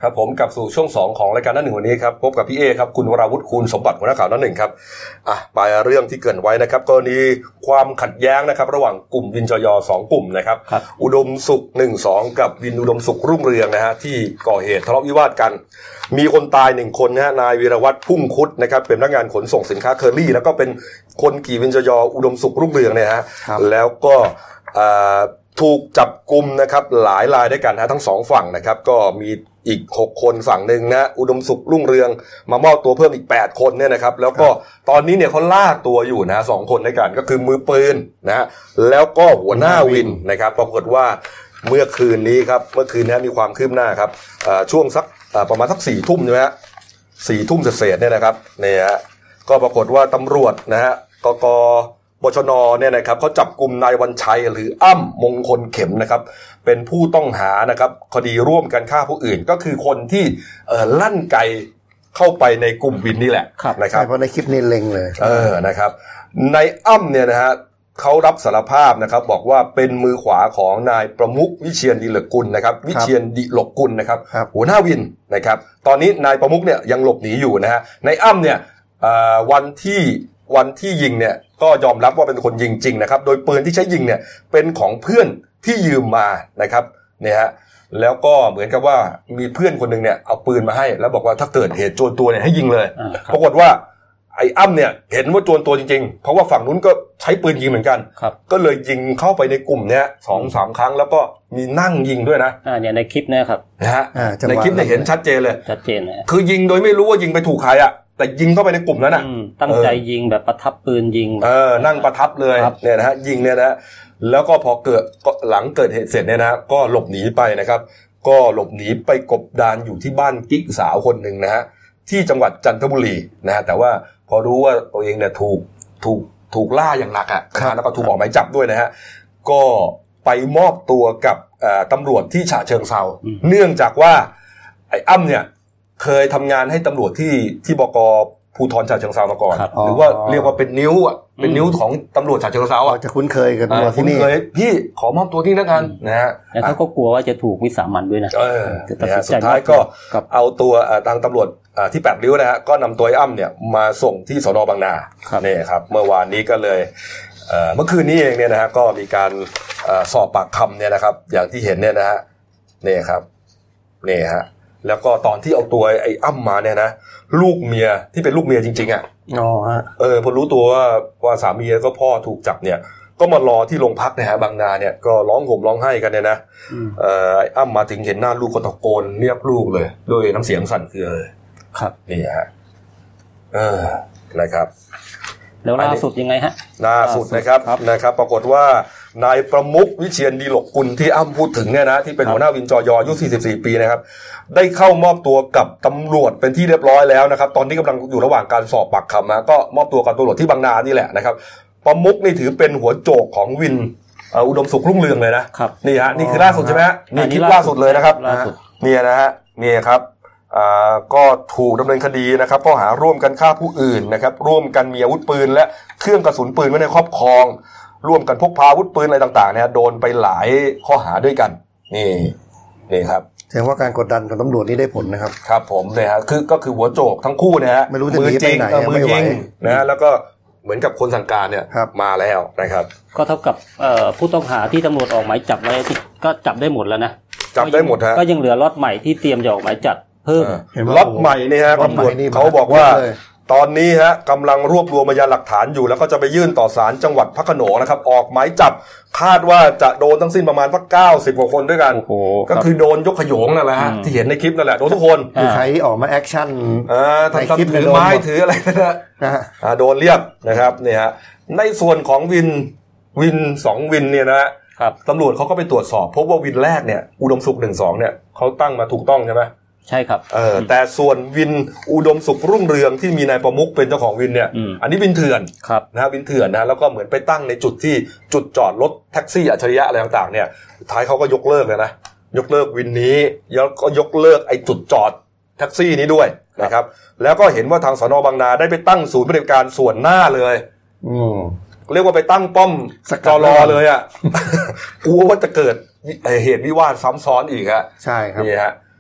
Speaker 1: ครับผมกลับสู่ช่วงสองของรายการหน้าหนึ่งวันนี้ครับพบกับพี่เอครับคุณวราวุฒิคูณสมบัติหัวหน้าข่าวหน้าหนึ่งครับอ่ะไปเรื่องที่เกริ่นไว้นะครับกรณีความขัดแย้งนะครับระหว่างกลุ่มวินจยสองกลุ่มนะครับอุดมสุขหนึ่ง สองกับวินอุดมสุขรุ่งเรืองนะฮะที่ก่อเหตุทะเลาะวิวาทกันมีคนตายหนึ่งคนนะฮะนายวีรวัฒน์พุ่มคุดนะครับเป็นพนักงานขนส่งสินค้าเคอรี่แล้วก็เป็นคนขี่วินจยอุดมสุขรุ่งเรืองเนี่ยฮะแล้วก็อ่าถูกจับกุมนะครับหลายรายด้วยกันฮะทั้งสองฝั่งนะครับก็มีอีกหกคนฝั่งนึงนะอุดมสุขรุ่งเรืองมามอบตัวเพิ่มอีกแปดคนเนี่ยนะครับแล้วก็ตอนนี้เนี่ยเขาล่าตัวอยู่นะสองคนด้วยกันก็คือมือปืนนะแล้วก็หัวหน้าวินนะครับปรากฏว่าเมื่อคืนนี้ครับเมื่อคืนนี้มีความคืบหน้าครับช่วงสักประมาณสักสี่ทุ่มใช่ไหมฮะสี่ทุ่มเศษเนี่ยนะครับเนี่ยฮะก็ปรากฏว่าตำรวจนะฮะกกบชนเนี่ยนะครับเขาจับกุมนายวันชัยหรืออ้ำมงคลเข็มนะครับเป็นผู้ต้องหานะครับคดีร่วมกันฆ่าผู้อื่นก็คือคนที่เอ่อลั่นไกเข้าไปในกลุ่มวินนี่แหละนะครับ
Speaker 4: เพราะในคลิปนี้เล็งเลย
Speaker 1: เออนะครับนายอ้ำเนี่ยนะฮะเขารับสารภาพนะครับบอกว่าเป็นมือขวาของนายประมุขวิเชียรดิลกุลนะครับวิเชียรดิลกุลนะครับหัวหน้าวินนะครับตอนนี้นายประมุขเนี่ยยังหลบหนีอยู่นะฮะนายอ้ำเนี่ยวันที่วันที่ยิงเนี่ยก็ยอมรับว่าเป็นคนยิงจริงนะครับโดยปืนที่ใช้ยิงเนี่ยเป็นของเพื่อนที่ยืมมานะครับเนี่ยฮะแล้วก็เหมือนกับว่ามีเพื่อนคนนึงเนี่ยเอาปืนมาให้แล้วบอกว่าถ้าเกิดเหตุโจรตัวเนี่ยให้ยิงเลยปรากฏว่าไอ้อ้ำเนี่ยเห็นว่าโจรตัวจริงๆเพราะว่าฝั่งนู้นก็ใช้ปืนยิงเหมือนกันก็เลยยิงเข้าไปในกลุ่มเนี้ย สองสาม ครั้งแล้วก็มีนั่งยิงด้วยนะ
Speaker 2: อ่าเนี่ยในคลิปเนี่ยครับ
Speaker 1: นะฮะในคลิปเนี่ยเห็นชัดเจนเลย
Speaker 2: ชัดเจนนะ
Speaker 1: คือยิงโดยไม่รู้ว่ายิงไปถูกใครอ่ะแต่ยิงเข้าไปในกลุ่มนั้นน่ะ
Speaker 2: ตั้งใจยิงแบบประทับปืนยิง
Speaker 1: เออนั่งประทับเลยเนี่ยนะฮะยิงเนี่ยนะแล้วก็พอเกิดหลังเกิดเหตุเสร็จเนี่ยนะก็หลบหนีไปนะครับก็หลบหนีไปกบดานอยู่ที่บ้านกิ๊กสาวคนนึงนะฮะที่จังหวัดจันทบุรีนะฮะแต่ว่าพอรู้ว่าตัวเองเนี่ยถูกถูกถูกล่าอย่างหนักอ่ะแล้วก็ถูกออกหมายจับด้วยนะฮะก็ไปมอบตัวกับตำรวจที่ฉะเชิงเทราเนื่องจากว่าไอ้อ้ำเนี่ยเคยทำงานให้ตำรวจที่ที่บก.ภูธรฉะเชิงเทรามาก่อนหรือว่าเรียกว่าเป็นนิ้วอ่ะเป็นนิ้วของตำรวจฉะเชิงเทราอ่ะ
Speaker 4: จะคุ้นเคยกันตัวที่นี่
Speaker 1: พี่ขอมอบตัวที่นั่นกันนะฮะ
Speaker 2: แต่เขาก็กลัวว่าจะถูกวิสามันด้วยนะ
Speaker 1: สุดท้ายก็เอาตัวทางตำรวจที่แปดริ้วนะฮะก็นำตัวไอ้อ้ำเนี่ยมาส่งที่สน.บางนาเนี่ยครับเมื่อวานนี้ก็เลยเมื่อคืนนี้เองเนี่ยนะฮะก็มีการสอบปากคำเนี่ยนะครับอย่างที่เห็นเนี่ยนะฮะนี่ครับนี่ฮะแล้วก็ตอนที่เอาตัวไอ้อ้ำมาเนี่ยนะลูกเมียที่เป็นลูกเมียจริงๆอ่ะ
Speaker 4: อ๋อฮะ
Speaker 1: เออพอรู้ตัวว่าว่าสามีก็พ่อถูกจับเนี่ยก็มารอที่โรงพักนะฮะบางนาเนี่ยก็ร้องห่มร้องไห้กันเนี่ยนะเอ่อไอ้อ้ำมาถึงเห็นหน้าลูกก็ตะโกนเรียกลูกเลยด้วยน้ำเสียงสั่นเครือเลย
Speaker 2: ครับ
Speaker 1: นี่ฮะเออนะครับ
Speaker 2: แล้วล่าสุดยังไงฮะ
Speaker 1: ล่าสุดนะครับนะครับปรากฏว่านายประมุขวิเชียรดิลกุลที่อ้ำพูดถึงเนี่ยนะที่เป็นหัวหน้าวินจยอายุสี่สิบสี่ปีนะครับได้เข้ามอบตัวกับตำรวจเป็นที่เรียบร้อยแล้วนะครับตอนนี้กำลังอยู่ระหว่างการสอบปากคำนะก็มอบตัวกับตำรวจที่บางนานี่แหละนะครับประมุขนี่ถือเป็นหัวโจกของวินอุดมสุขรุ่งเรืองเลยนะนี่ฮะนี่คือล่าสุดใช่ไหมฮะนี่คลิปล่าสุดเลยนะครับนี่นะฮะนี่ครับอ่าก็ถูกดำเนินคดีนะครับข้อหาร่วมกันฆ่าผู้อื่นนะครับร่วมกันมีอาวุธปืนและเครื่องกระสุนปืนไว้ในครอบครองร่วมกันพกพาอาวุธปืนอะไรต่างๆเนี่ยโดนไปหลายข้อหาด้วยกันนี่นี่ครับ
Speaker 4: แสดงว่าการกดดันของตำรวจนี่ได้ผลนะครับ
Speaker 1: ครับผมเนี่ยฮะคือก็คือหัวโจกทั้งคู่นะฮะ
Speaker 4: ไม่รู้จะหนีไปไหน
Speaker 1: มือยิงนะฮะแล้วก็เหมือนกับคนสั่งการเนี่ยมาแล้วนะครับ
Speaker 2: ก็เท่ากับผู้ต้องหาที่ตำรวจออกหมายจับไว้ก็จับได้หมดแล้วนะ
Speaker 1: จับได้หมดฮะ
Speaker 2: ก็ยังเหลือล็อตใหม่ที่เตรียมจะออกหมายจับเพิ่ม
Speaker 1: ล็อตใหม่นี่ฮะตำรวจเขาบอกว่าตอนนี้ฮะกำลังรวบรวมพยานหลักฐานอยู่แล้วก็จะไปยื่นต่อศาลจังหวัดพระโขนงนะครับออกหมายจับคาดว่าจะโดนทั้งสิ้นประมาณสักเก้าสิบกว่าคนด้วยกันก็คือโดนยกขโยงนั่นแหละฮะที่เห็นในคลิปนั่นแหละโดนทุกคน
Speaker 4: คือใครที่ออกมาแอคชั่น
Speaker 1: ในคลิปถือไม้ถืออะไรนะโดนเรียบนะครับเนี่ยฮะในส่วนของวินวินสองวินเนี่ยนะตำรวจเขาก็ไปตรวจสอบพบว่าวินแรกเนี่ยอุดมสุขหนึ่งสองเนี่ยเขาตั้งมาถูกต้องใช่ไหม
Speaker 2: ใช่ครับ
Speaker 1: เออแต่ส่วนวินอุดมสุขรุ่งเรืองที่มีนายประมุขเป็นเจ้าของวินเนี่ย อ, อันนี้วินเถื่อนนะวินเถื่อนนะแล้วก็เหมือนไปตั้งในจุดที่จุดจอดรถแท็กซี่อัจฉริยะอะไรต่างๆเนี่ยท้ายเขาก็ยกเลิกเลยนะยกเลิกวินนี้แล้วก็ยกเลิกไอ้จุดจอดแท็กซี่นี้ด้วยนะครับแล้วก็เห็นว่าทางสน.บางนาได้ไปตั้งศูนย์บริการส่วนหน้าเลยอืมเรียกว่าไปตั้งป้อมจรอเลยอ่ะกลัวว่าจะเกิดเหตุวิวาทซ้ำซ้อนอีกฮะ
Speaker 4: ใช่ครับ
Speaker 1: นี่ฮะ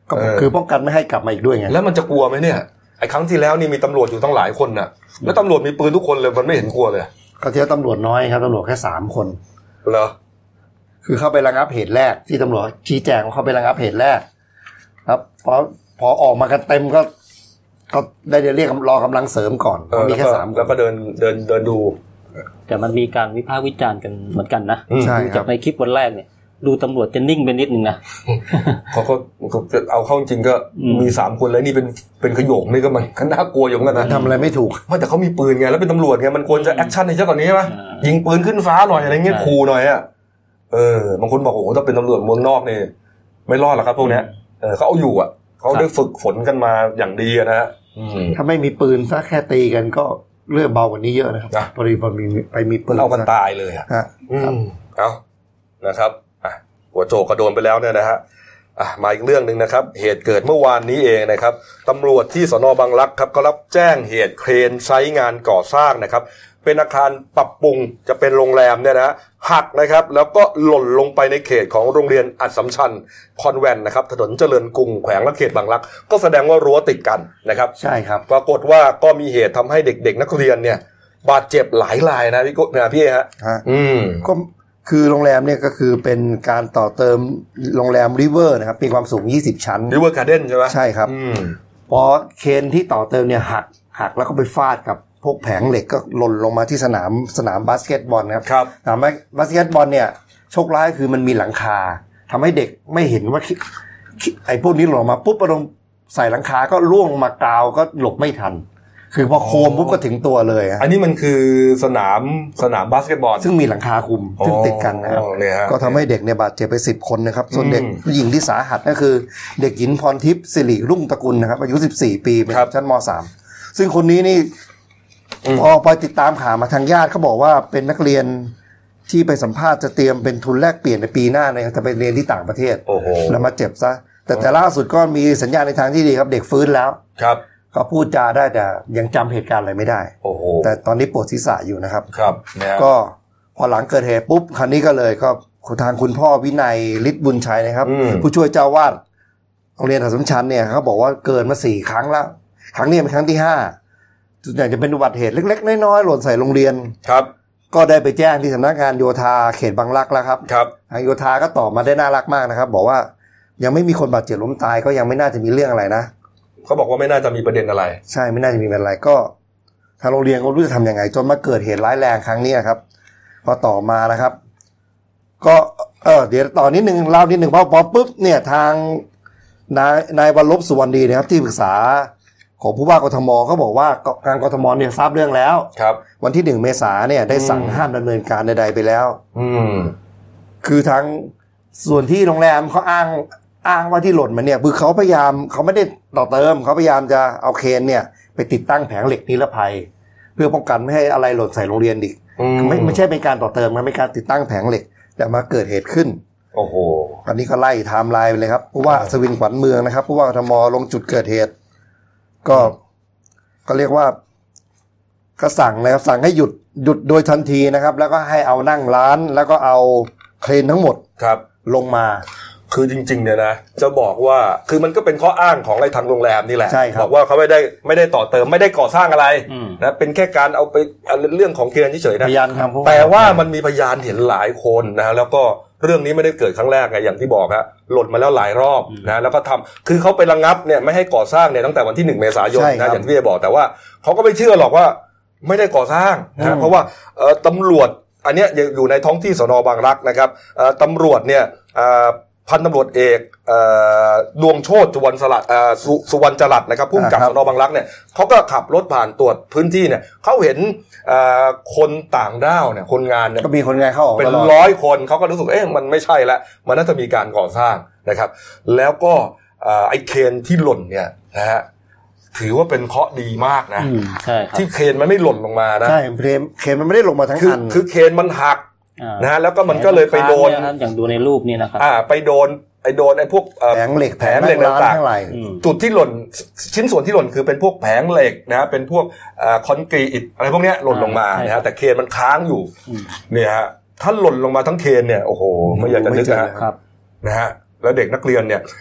Speaker 4: ก็คือป้องกันไม่ให้กลับมาอีกด้วยไง
Speaker 1: แล้วมันจะกลัวไหมเนี่ยไอ้ครั้งที่แล้วนี่มีตำรวจอยู่ตั้งหลายคนน่ะแล้วตำรวจมีปืนทุกคนเลยมันไม่เห็นกลัวเลย
Speaker 4: ก็เที่ยวตำรวจน้อยครับตำรวจแค่สามคน
Speaker 1: เหรอ
Speaker 4: คือเข้าไประงับเหตุแรกที่ตำรวจชี้แจงเข้าไประงับเหตุแรกครับพอพอออกมากันเต็มก็ก็ได้เรียกรอกำลังเสริมก่อนมีแค่สาม
Speaker 1: แล้วก็เดินเดินเดินดู
Speaker 2: แต่มันมีการวิพากษ์วิจารณ์กันเหมือนกันนะ
Speaker 4: ใช่
Speaker 2: จากในคลิปวันแรกเนี่ยดูตำรวจจะนิ่งไปนิดนึงนะ
Speaker 1: เขาก็เอาเข้าจริงก็มีสามคนแล้วนี่เป็นเป็นขโยงนี่ก็มันก็น่ากลัวอยู่เหมือนกันนะ
Speaker 4: ทำอะไรไม่ถูก
Speaker 1: ว่าแต่เขามีปืนไงแล้วเป็นตำรวจไงมันควรจะแอคชั่นในเจ้าก่อนนี้ใช่ไหมยิงปืนขึ้นฟ้าหน่อยอะไรเงี้ยขู่หน่อยอ่ะเออบางคนบอกโอ้โหถ้าเป็นตำรวจเมืองนอกนี่ไม่รอดหรอกครับพวกเนี้ยเออเขาเอาอยู่อ่ะเขาได้ฝึกฝนกันมาอย่างดีนะฮะ
Speaker 4: ถ้าไม่มีปืนซะแค่ตีกันก็เรื่องเบากว่านี้เยอะนะครับพอดีพอมีไปมีปืน
Speaker 1: เอามันตายเลยอ่ะเอานะครับหัวโจกกระโดนไปแล้วเนี่ยนะฮะมาอีกเรื่องนึงนะครับเหตุเกิดเมื่อวานนี้เองนะครับตำรวจที่สน.บางรักครับก็รับแจ้งเหตุเครนไซต์งานก่อสร้างนะครับเป็นอาคารปรับปรุงจะเป็นโรงแรมเนี่ยนะหักนะครับแล้วก็หล่นลงไปในเขตของโรงเรียนอัสสัมชัญคอนแวนต์นะครับถนนเจริญกรุงแขวงและเขตบางรักก็แสดงว่ารั้วติดกันนะครับ
Speaker 4: ใช่ครับ
Speaker 1: ปรากฏว่าก็มีเหตุทำให้เด็กๆนักเรียนเนี่ยบาดเจ็บหลายรายนะพี่กุ๊กนะพี่ฮะ
Speaker 4: อืมก็คือโรงแรมเนี่ยก็คือเป็นการต่อเติมโรงแรมริเวอร์นะครับมีความสูงยี่สิบชั้น
Speaker 1: River Garden ใช่ไหม
Speaker 4: ใช่ครับพอเคนที่ต่อเติมเนี่ยหักหักแล้วก็ไปฟาดกับพวกแผงเหล็กก็หล่นลงมาที่สนามสนามบาสเกตบอลนะครับ
Speaker 1: ครับ
Speaker 4: สนามบาสเกตบอลเนี่ยโชคร้ายคือมันมีหลังคาทำให้เด็กไม่เห็นว่าไอ้พวกนี้หล่นมาปุ๊บลงใส่หลังคาก็ร่วงมากราวก็หลบไม่ทันคือพอโคมปุ๊บก็ถึงตัวเลย
Speaker 1: อันนี้มันคือสนามสนามบาสเกตบอล
Speaker 4: ซึ่งมีหลังคาคุมซึ่งติดกันนะครับก็ทำให้เด็กเนี่ยบาดเจ็บไปสิบคนนะครับส่วนเด็กผู้หญิงที่สาหัสก็คือเด็กหญิงพรทิพย์สิริรุ่งตระกูลนะครับอายุสิบสี่ปีเป็นชั้นม.สามซึ่งคนนี้นี่พอไปติดตามข่าวมาทางญาติเขาบอกว่าเป็นนักเรียนที่ไปสัมภาษณ์จะเตรียมเป็นทุนแลกเปลี่ยนในปีหน้านะครับจะไปเรียนที่ต่างประเทศแล้วมาเจ็บซะแต่แต่ล่าสุดก็มีสัญญาณในทางที่ดีครับเด็กฟื้นแล้ว
Speaker 1: ครับ
Speaker 4: เขาพูดจาได้แต่ยังจำเหตุการณ์อะไรไม่ได้
Speaker 1: โอ้โห
Speaker 4: แต่ตอนนี้ปวดศีรษะอยู่นะครับ
Speaker 1: ครับ
Speaker 4: ก็พอหลังเกิดเหตุปุ๊บคราวนี้ก็เลยก็ทางคุณพ่อวินัยฤทธิ์บุญชัยนะครับผู้ช่วยเจ้าวาดโรงเรียนอัสสัมชัญเนี่ยเขาบอกว่าเกิดมาสี่ครั้งแล้วครั้งนี้เป็นครั้งที่ห้าส่วนใหญ่จะเป็นอุบัติเหตุเล็กๆน้อยๆหล่นใส่โรงเรียน
Speaker 1: ครับ
Speaker 4: ก็ได้ไปแจ้งที่สำนักงานโยธาเขตบางรักแล้วครับ
Speaker 1: ครับ
Speaker 4: ทางโยธาก็ตอบมาได้น่ารักมากนะครับบอกว่ายังไม่มีคนบาดเจ็บล้มตายก็ยังไม่น่าจะมีเรื่องอะไรนะ
Speaker 1: เขาบอกว่าไม่น่าจะมีประเด็นอะไร
Speaker 4: ใช่ไม่น่าจะมีอะไรก็ทางโรงเรียนก็รู้จะทำยังไงจนมาเกิดเหตุร้ายแรงครั้งนี้ครับพอต่อมานะครับก็เออเดี๋ยวต่อนิดนึงเล่านิดนึงพอพอปุ๊บเนี่ยทางนายนายวรลบสุวรรณดีนะครับที่ปรึกษาของผู้ว่ากทมเขาบอกว่าการกทมเนี่ยทราบเรื่องแล้ว
Speaker 1: ครับ
Speaker 4: วันที่หนึ่งเมษายนเนี่ยได้สั่งห้ามดำเนินการใดๆไปแล้ว
Speaker 1: อืม
Speaker 4: คือทางส่วนที่โรงแรมเขาอ้างอ้างว่าที่หล่นมาเนี่ยคือเขาพยายามเขาไม่ได้ต่อเติมเขาพยายามจะเอาเครนเนี่ยไปติดตั้งแผงเหล็กนิรภัยเพื่อป้องกันไม่ให้อะไรหล่นใส่โรงเรียนอีกไม่ไม่ใช่เป็นการต่อเติมมันเป็นการติดตั้งแผงเหล็กแต่มาเกิดเหตุขึ้น
Speaker 1: โอ้โห
Speaker 4: อันนี้ก็ไล่ไทม์ไลน์ไปเลยครับผู้ว่าสวินขวัญเมืองนะครับผู้ว่ากทมลงจุดเกิดเหตุก็ก็เรียกว่าก็สั่งนะครับสั่งให้หยุดหยุดโดยทันทีนะครับแล้วก็ให้เอานั่งร้านแล้วก็เอาเครนทั้งหมด
Speaker 1: ครับ
Speaker 4: ลงมา
Speaker 1: คือจริงๆเนี่ยนะจะบอกว่าคือมันก็เป็นข้ออ้างของไอ้ทางโรงแรมนี่แหละบอกว่าเขาไม่ได้ไม่ได้ต่อเติมไม่ได้ก่อสร้างอะไรนะเป็นแค่การเอาไปเรื่องของเครนเฉยๆนะ
Speaker 4: พยานทำ
Speaker 1: แต่ว่ามันมีพยานเห็นหลายคนนะแล้วก็เรื่องนี้ไม่ได้เกิดครั้งแรกไงอย่างที่บอกฮะหล่นมาแล้วหลายรอบนะแล้วก็ทำคือเขาไประงับเนี่ยไม่ให้ก่อสร้างเนี่ยตั้งแต่วันที่หนึ่งเมษายนนะอย่างที่พี่บอกแต่ว่าเขาก็ไม่เชื่อหรอกว่าไม่ได้ก่อสร้างนะเพราะว่าเอ่อตำรวจอันเนี้ยอยู่ในท้องที่สน.บางรักนะครับเอ่อตำรวจเนี่ยเอ่อพันตำรวจเอกเอ่อดวงโชติสุวรรณสลัดเอ่อสุวรรณจรัสนะครับผู้กำกับสน.บางรักเนี่ยเขาก็ขับรถผ่านตรวจพื้นที่เนี่ยเขาเห็นเอ่อคนต่างด้าวเนี่ยคนงานเนี่ย
Speaker 4: ก็มีคนงานเข้าออก
Speaker 1: เป็นร้อยคนเขาก็รู้สึกเอ๊ะมันไม่ใช่ละมันน่าจะมีการก่อสร้างนะครับแล้วก็เอ่อไอ้เคนที่หล่นเนี่ยนะฮะถือว่าเป็นเคราะห์ดีมากนะที่เคนมันไม่หล่นลงมานะ
Speaker 4: ใช่เคนเคนมันไม่ได้ลงมาทั้งอัน
Speaker 1: คือเคนมันหักนะฮะแล้วก็มันก็เลยไปโดน
Speaker 2: อย่างดูในรูปนี่นะครับ
Speaker 1: อ่าไปโดนไอ้โดนไอ้พวก
Speaker 4: แผงเหล็ก
Speaker 1: แผงเหล็กต่างๆจุดที่หล่นชิ้นส่วนที่หล่นคือเป็นพวกแผงเหล็กนะเป็นพวกอ่าคอนกรีตอะไรพวกเนี้ยหล่นลงมานะฮะแต่เคนมันค้างอยู่เนี่ยฮะถ้าหล่นลงมาทั้งเคนเนี่ยโอ้โหไม่อยากจะนึกนะครับนะฮะแล้วเด็กนักเรียนเนี่ย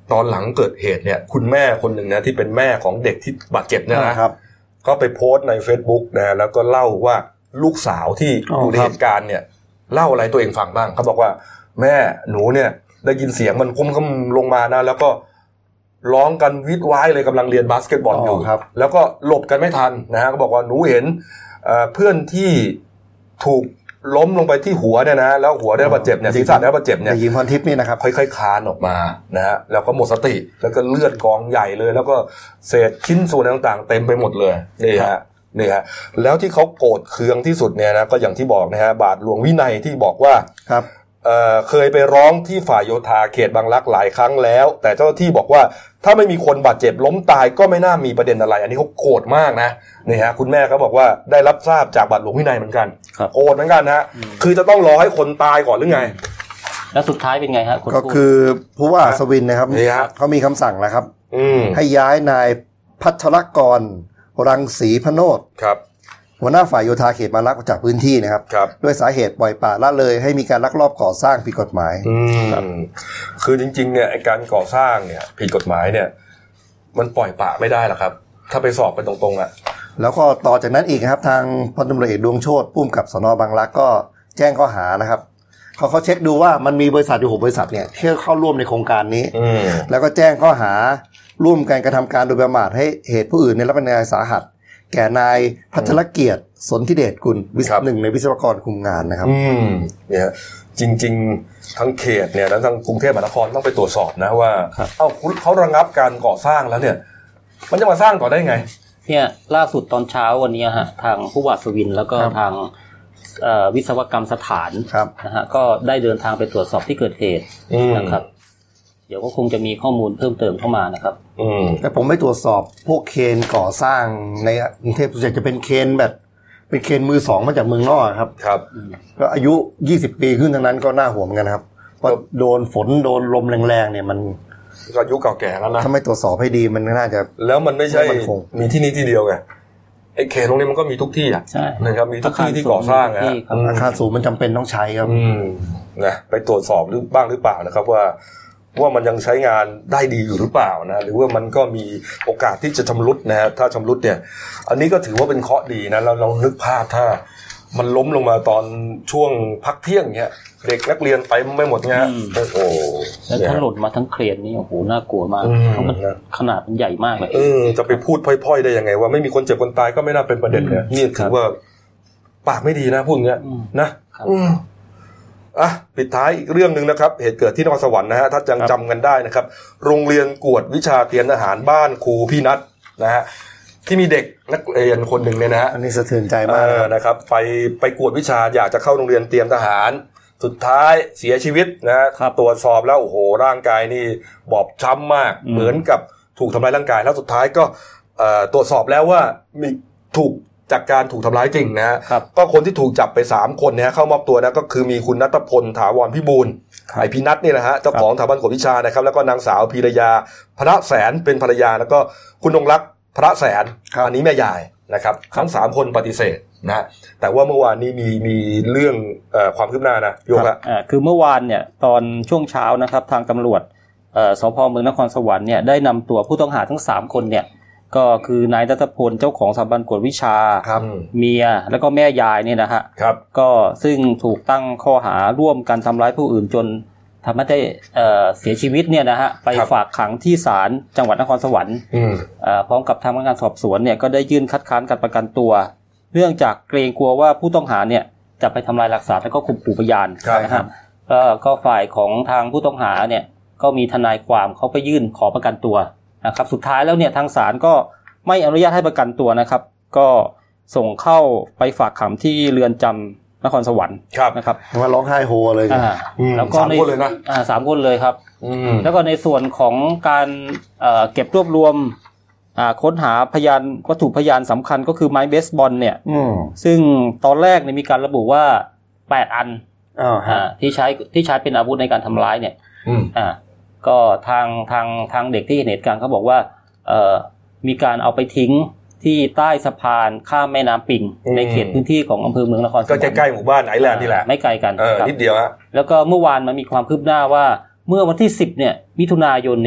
Speaker 1: ตอนหลังเกิดเหตุเนี่ยคุณแม่คนหนึ่งนะที่เป็นแม่ของเด็กที่บาดเจ็บเนี่ยนะครับก็ไปโพสต์ใน Facebook นะแล้วก็เล่าว่าลูกสาวที่อยู่ในเหตุการณ์เนี่ยเล่าอะไรตัวเองฟังบ้างเขาบอกว่าแม่หนูเนี่ยได้ยินเสียงมันคุ้มกำลงมานะแล้วก็ร้องกันวิดว้ายเลยกำลังเรียนบาสเกตบอลอยู่แล้วก็หลบกันไม่ทันนะฮะก็บอกว่าหนูเห็นเพื่อนที่ถูกล้มลงไปที่หัวเนี่ยนะแล้วหัวได้รับบาดเจ็บเนี่ยศีรษะได้รับบาดเจ็บเนี่ย
Speaker 4: ยิงพรทิพย์นี่นะครับ
Speaker 1: ค่อยๆคลานออกมานะฮะแล้วก็หมดสติแล้วก็เลือดกองใหญ่เลยแล้วก็เศษชิ้นส่วนต่างๆเต็มไปหมดเลยนี่ฮะนี่ฮะแล้วที่เขาโกรธเคืองที่สุดเนี่ยนะก็อย่างที่บอกนะฮะบาทหลวงวินัยที่บอกว่า
Speaker 4: ครับ
Speaker 1: เอ่อเคยไปร้องที่ฝ่ายโยธาเขตบางรักหลายครั้งแล้วแต่เจ้าหน้าที่บอกว่าถ้าไม่มีคนบาดเจ็บล้มตายก็ไม่น่ามีประเด็นอะไรอันนี้เขาโกรธมากนะนี่ฮะคุณแม่เขาบอกว่าได้รับทราบจากบาทหลวงวินัยเหมือนกันโกรธเหมือนกันนะคือจะต้องรอให้คนตายก่อนหรือไง
Speaker 2: แล้วสุดท้ายเป็นไงฮะ
Speaker 4: ก็คือผู้ว่าสวินนะครับเขามีคำสั่งแล้วครับให้ย้ายนายพัทรกรรังสีพโนช
Speaker 1: ครับ
Speaker 4: หัวหน้าฝ่ายโยธาเขตบางรักจากพื้นที่นะครับด้วยสาเหตุปล่อยปละละเลยให้มีการลักลอบก่อสร้างผิดกฎหมาย
Speaker 1: คือจริงๆเนี่ยการก่อสร้างเนี่ยผิดกฎหมายเนี่ยมันปล่อยปละไม่ได้หรอกครับถ้าไปสอบไปตรงๆอ่ะ
Speaker 4: แล้วก็ต่อจากนั้นอีกครับทางพลตำรวจเอกดวงโชติผู้กำกับสน.บางรักก็แจ้งข้อหานะครับเขาเขาเช็คดูว่ามันมีบริษัทอยู่หกบริษัทเนี่ยที่เข้าร่วมในโครงการนี้แล้วก็แจ้งข้อหาร่วมกันกระทำการโดยประมาทให้เหตุผู้อื่นได้รับอันตรายสาหัสแก่นายพัทรเกียรติสนธิเดชกุลวิศวหนึ่งในวิศวกรคุมงานนะครับ
Speaker 1: อืมเนี่ยจริงๆทั้งเขตเนี่ยและทั้งกรุงเทพมหานครต้องไปตรวจสอบนะว่าเอ้าเขาระงับการก่อสร้างแล้วเนี่ยมันจะมาสร้างต่อได้ไง
Speaker 2: เนี่ยล่าสุดตอนเช้าวันนี้ฮะทางผู้ว่าสวินแล้วก็ทางวิศวกรรมสถานนะฮะก็ได้เดินทางไปตรวจสอบที่เกิดเหตุนะครับเดี๋ยวก็คงจะมีข้อมูลเพิ่มเติมเข้ามานะครับ
Speaker 4: อืมแต่ผมไม่ตรวจสอบพวกเคนก่อสร้างในกรุงเทพส่วนใหญ่จะเป็นเคนแบบเป็นเคนมือสองมาจากเมืองนอกครับ
Speaker 1: ครับ
Speaker 4: ก็อายุยี่สิบปีขึ้นทั้งนั้นก็น่าห่วงกันครับเพราะโดนฝนโดนลมแรงๆเนี่ยมัน
Speaker 1: ก็อายุเก่าแก่แล้วนะ
Speaker 4: ถ้าไม่ตรวจสอบให้ดีมันน่าจะ
Speaker 1: แล้วมันไม่ใช่มีที่นี้ที่เดียวไงไอ้เคนตรงนี้มันก็มีทุกที่อ่ะนะครับมีทุกที่ที่ก่อสร้างอ่ะ
Speaker 4: อาคารสูงมันจำเป็นต้องใช้ครับ
Speaker 1: อืมนะไปตรวจสอบหรือบ้างหรือเปล่านะครับว่าว่ามันยังใช้งานได้ดีอยู่หรือเปล่านะหรือว่ามันก็มีโอกาสที่จะชำรุดนะฮะถ้าชำรุดเนี่ยอันนี้ก็ถือว่าเป็นเคราะห์ดีนะเราเรานึกภาพถ้ามันล้มลงมาตอนช่วงพักเที่ยงเงี้ยเด็กนักเรียนไปไม่หมดเงี้ยโอ้โห
Speaker 2: แล้วถ้าหล่นมาทั้งเครนนี่โอ้โหน่ากลัวมากเพราะมันขนาดมันใหญ่มากเลย
Speaker 1: เออจะไปพูดพ่อยๆได้ยังไงว่าไม่มีคนเจ็บคนตายก็ไม่น่าเป็นประเด็นเนี่ยนี่ถือว่าปากไม่ดีนะพูดเงี้ยนะอ่ะปิดท้ายอีกเรื่องนึงนะครับเหตุเกิดที่นครสวรรค์นะฮะถ้ายังจำกันได้นะครับโรงเรียนกวดวิชาเตรียมทหารบ้านครูพี่นัทนะฮะที่มีเด็กนักเรียนคนหนึ่งเนี่ยนะฮะ
Speaker 4: อันนี้สะเทือนใจมาก
Speaker 1: นะครับไปไปกวดวิชาอยากจะเข้าโรงเรียนเตรียมทหารสุดท้ายเสียชีวิตนะฮะตรวจสอบแล้วโอ้โหร่างกายนี่บอบช้ำมากเหมือนกับถูกทำร้ายร่างกายแล้วสุดท้ายก็ตรวจสอบแล้วว่ามีถูกจากการถูกทำร้ายจริงนะฮะก็คนที่ถูกจับไปสามคนเนี่ยเข้ามอบตัวนะก็คือมีคุณณัฐพลถาวรพิบูลไอพี่นัทนี่แหละฮะเจ้าของสถาบันกวดวิชานะครับแล้วก็นางสาวพีรยาพระแสนเป็นภรรยาแล้วก็คุณนงรักพระแสนอันนี้แม่ยายนะครับทั้งสามคนปฏิเสธนะแต่ว่าเมื่อวานนี้มีมีเรื่องเอ่อความคืบหน้านะโยกอ่ะ
Speaker 2: คือเมื่อวานเนี่ยตอนช่วงเช้านะครับทางตำรวจเอ่อสภ.เมืองนครสวรรค์เนี่ยได้นำตัวผู้ต้องหาทั้งสามคนเนี่ยก็คือนายณัฐพลเจ้าของสถาบันกวดวิชาเมียแล้วก็แม่ยายเนี่ยนะฮะก็ซึ่งถูกตั้งข้อหาร่วมกันทำร้ายผู้อื่นจนทำให้ได้เอ่อเสียชีวิตเนี่ยนะฮะไปฝากขังที่ศาลจังหวัดนครสวรรค์เอ่อพร้อมกับทางพนักงานสอบสวนเนี่ยก็ได้ยื่นคัดค้านการประกันตัวเนื่องจากเกรงกลัวว่าผู้ต้องหาเนี่ยจะไปทำลายหลักฐานแล้วก็ข่มขู่พยานนะฮะก็ก็ฝ่ายของทางผู้ต้องหาเนี่ยก็มีทนายความเขาไปยื่นขอประกันตัวนะครับสุดท้ายแล้วเนี่ยทางศาลก็ไม่อนุญาตให้ประกันตัวนะครับก็ส่งเข้าไปฝากขังที่เรือนจำนครสวรรค์นะครับ
Speaker 4: มาร้องไห้โฮเลย
Speaker 2: แล้วก็
Speaker 1: สามคนเลยนะ
Speaker 2: อ่าสามคนเลยครับแล้วก็ในส่วนของการเอ่อเก็บรวบรวมอ่าค้นหาพยานวัตถุพยานสำคัญก็คือไม้เบสบอลเนี่ยซึ่งตอนแรกเนี่ยมีการระบุว่าแปดอันอ่าที่ใช้ที่ใช้เป็นอาวุธในการทำร้ายเนี่ยอ่าก็ทางทางทางเด็กที่เห็นเหตุการณ์เขาบอกว่าเอ่อมีการเอาไปทิ้งที่ใต้สะพานข้ามแม่น้ำปิงในเขตพื้นที่ของอำเภอเมืองนครสวรรค์
Speaker 1: ก็ใกล้ๆหมู่บ้านไอแลนด์นี่แหละ
Speaker 2: ไม่ไกลกัน
Speaker 1: เออนิดเดียวฮะ
Speaker 2: แล้วก็เมื่อวานมันมีความคืบหน้าว่าเมื่อวันที่สิบเนี่ยมิถุนายนเนี่ย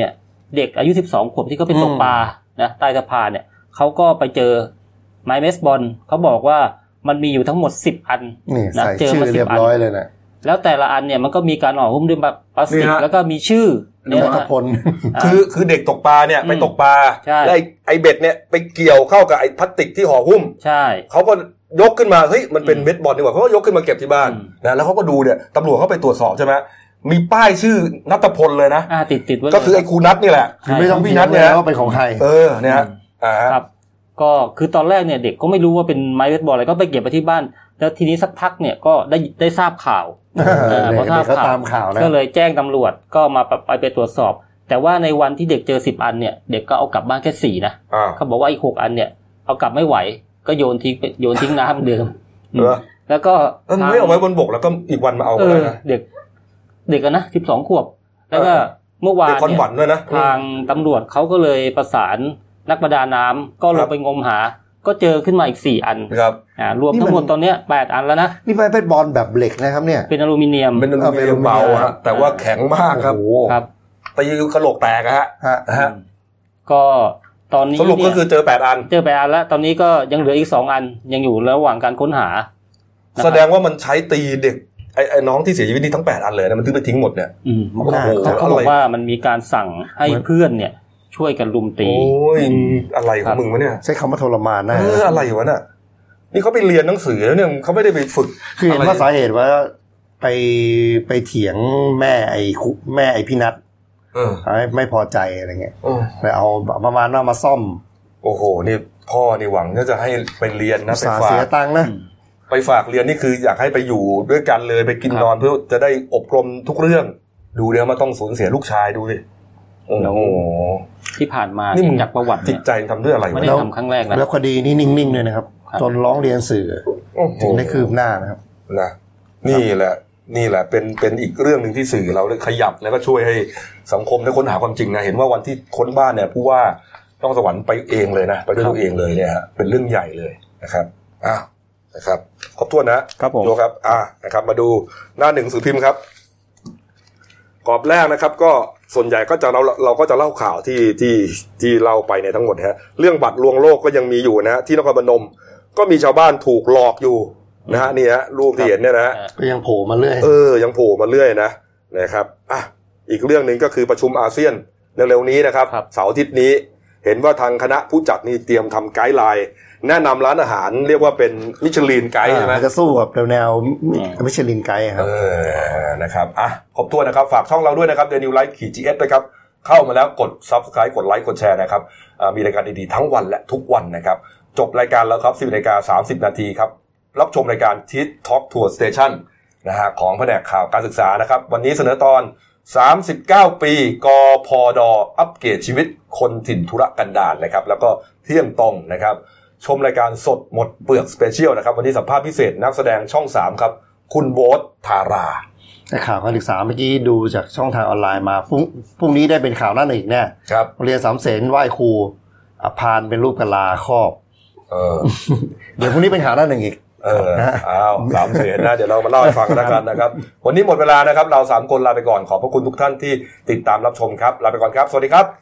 Speaker 2: เด็กอายุสิบสองขวบที่เขาไปตกปลานะใต้สะพานเนี่ยเขาก็ไปเจอไม้เบสบอลเขาบอกว่ามันมีอยู่ทั้งหมดสิบอันนะเจอมาสิบอันเลยนะแล้วแต่ละอันเนี่ยมันก็มีการห่อหุ้มด้วยพลาสติกแล้วก็มีชื่อ
Speaker 4: เนี่ยนัทพล
Speaker 1: คือคือเด็กตกปลาเนี่ยไปตกปลาแล้วไอ้เบ็ดเนี่ยไปเกี่ยวเข้ากับไอ้พลาสติกที่ห่อหุ้ม
Speaker 2: ใช่
Speaker 1: เขาก็ยกขึ้นมาเฮ้ยมันเป็นเบสบอลดีกว่าเขาก็ยกขึ้นมาเก็บที่บ้านนะแล้วเขาก็ดูเนี่ยตำรวจเขาไปตรวจสอบใช่ไหมมีป้ายชื่อนัทพลเลยนะ
Speaker 2: ติดติดไว้
Speaker 1: ก็คือไอ้ครูนัทนี่แหละ
Speaker 4: คือไม่ต้องพี่นัทเนี่ยว่าเป็นของใคร
Speaker 1: เออเนี่ยอ่า
Speaker 2: ครับก็คือตอนแรกเนี่ยเด็กก็ไม่รู้ว่าเป็นไม้เบสบอลอะไรก็ไปเก็บไปที่บ้านแล้วทีนี้สักพักเนี่ยก็ได้ได้ทราบข่าว
Speaker 4: พอทราบข่าว
Speaker 2: ก็เลยแจ้งตำรวจก็มาไปไปตรวจสอบแต่ว่าในวันที่เด็กเจอสิบอันเนี่ยเด็กก็เอากลับบ้านแค่สี่นะเขาบอกว่าอีกหกอันเนี่ยเอากลับไม่ไหวก็โยนทิ้งโยนทิ้งน้ำเดิมแล้วก็
Speaker 1: ไม่เอาไว้บนบกแล้วก็อีกวันมาเอา
Speaker 2: เลยนะเด็กเด็กนะสิบสองขวบแล้วก็เมื่อวานเนี่ยทางตำรวจเขาก็เลยประสานนักประดาน้ำก็ลงไปงมหาก็เจอขึ้นมาอีกสี่อัน
Speaker 1: ครับ
Speaker 2: อ่ารวมทั้งหมดตอนเนี้ยแปดอันแล้วนะ
Speaker 4: นี่เป็นบอลแบบเหล็กนะครับเนี่ย
Speaker 2: เป็นอลูมิเนียม
Speaker 1: เป็นอลูมิเนียมเบาฮะแต่ว่าแข็งมากครับ
Speaker 2: ครับ
Speaker 1: ตีกระโหลกแตกฮะฮะ
Speaker 2: ก็ตอนนี้
Speaker 1: สรุปก็คือเจอแปดอัน
Speaker 2: เจอแปดอันแล้วตอนนี้ก็ยังเหลืออีกสองอันยังอยู่ระหว่างการค้นหา
Speaker 1: แสดงว่ามันใช้ตีเด็กไอ้ไอ้น้องที่เสียชีวิตนี่ทั้งแปดอันเลยนะมันถึงไปทิ้งหมดเนี่ย
Speaker 2: อืมโอ้โหเขาบอกว่ามันมีการสั่งให้เพื่อนเนี่ยช่วยกันลุมตี
Speaker 1: โอ้ยอะไรของมึงวะเนี่ย
Speaker 4: ใช้คำว่าทรมานนะ
Speaker 1: เอออะไรวะน่ะนี่เขาไปเรียนหนังสือแล้วเนี่ยเขาไม่ได้ไปฝึก
Speaker 4: คือเห็นว่าสาเหตุว่าไปไปเถียงแม่ไอ้แม่ไอ้พี่นัท
Speaker 1: เออ
Speaker 4: ไม่พอใจอะไรเงี้ยไปเอาประมาณว่ามาซ่อม
Speaker 1: โอ้โหนี่พ่อนี่หวังจะให้ไปเรียนนะ
Speaker 4: ไปฝากเสียตังค์นะ
Speaker 1: ไปฝากเรียนนี่คืออยากให้ไปอยู่ด้วยกันเลยไปกินนอนเพื่อจะได้อบรมทุกเรื่องดูเนี่ยมันต้องสูญเสียลูกชายดูดิโอ้โห
Speaker 2: ที่ผ่านมาจากประวัติ
Speaker 1: จิตใจทำด้วยอะไร
Speaker 2: ไม่ได้ทำครั้งแรกนะ
Speaker 4: แล้วคดีนี้นิ่งๆเลยนะครับจนร้องเรียนสื่อถึงได้คืบหน้านะครับ
Speaker 1: นะนี่แหละนี่แหละเป็นเป็นอีกเรื่องนึงที่สื่อเราได้ขยับแล้วก็ช่วยให้สังคมได้ค้นหาความจริงนะเห็นว่าวันที่ค้นบ้านเนี่ยผู้ว่าต้องสวรรค์ไปเองเลยนะไปด้วยตัวเองเลยเนี่ยฮะเป็นเรื่องใหญ่เลยนะครับอ้าวนะครับครบถ้วนนะครับ
Speaker 2: ผม
Speaker 1: ดูครับอ่านะครับมาดูหน้าหนึ่งสื่อพิมพ์ครับกรอบแรกนะครับก็ส่วนใหญ่ก็จะเราเราก็จะเล่าข่าวที่ที่ที่เล่าไปในทั้งหมดฮะเรื่องบัตรลวงโลกก็ยังมีอยู่นะที่นครพนมก็มีชาวบ้านถูกหลอกอยู่นะฮะนี่ฮะรูปที่เห็นเนี่ยนะฮะ
Speaker 4: ก็ยังโผล่มาเรื่อย
Speaker 1: เออยังโผล่มาเรื่อยนะนะครับอ่ะอีกเรื่องนึงก็คือประชุมอาเซียนเร็วๆนี้นะครับเสาร์อาทิตย์นี้เห็นว่าทางคณะผู้จัดนี่เตรียมทำไกด์ไลน์แนะนำร้านอาหารเรียกว่าเป็นมิชลินไกด์ใช่ไหม
Speaker 4: จะสู้กับแนวมิชลินไกด์ครับ
Speaker 1: เออนะครับอ่ะครบถ้วนนะครับฝากช่องเราด้วยนะครับ The New Life จี เอส นะครับเข้ามาแล้วกด Subscribe กดไลค์กดแชร์นะครับมีรายการดีๆทั้งวันและทุกวันนะครับจบรายการแล้วครับ สิบนาฬิกาสามสิบนาทีครับรับชมรายการ Teach Talk Tour Station นะฮะของแผนกข่าวการศึกษานะครับวันนี้เสนอตอนสามสิบเก้าปีกพด.อัปเกรดชีวิตคนถิ่นธุรกันดารนะครับแล้วก็เที่ยงตรงนะครับชมรายการสดหมดเปลือกสเปเชียลนะครับวันนี้สัมภาษณ์พิเศษนักแสดงช่องสามครับคุณโบ๊ทธารา
Speaker 4: แต่ข่าวการศึกษาเมื่อกี้ดูจากช่องทางออนไลน์มาพรุ่งพรุ่งนี้ได้เป็นข่าวหน้าหนึ่งแน่
Speaker 1: ครับ
Speaker 4: เรียนสามเสนไหว้ครูอภารเป็นรูปกะลาครอบ
Speaker 1: เออ
Speaker 4: เดี๋ยวพรุ่งนี้เป็นข่าวหน้าหนึ่งอีก
Speaker 1: เอออ้าวสามเสนนะเดี๋ยวเรามาเล่าให้ฟังกันนะครับวันนี้หมดเวลานะครับเราสามคนลาไปก่อนขอบพระคุณทุกท่านที่ติดตามรับชมครับลาไปก่อนครับสวัสดีครับ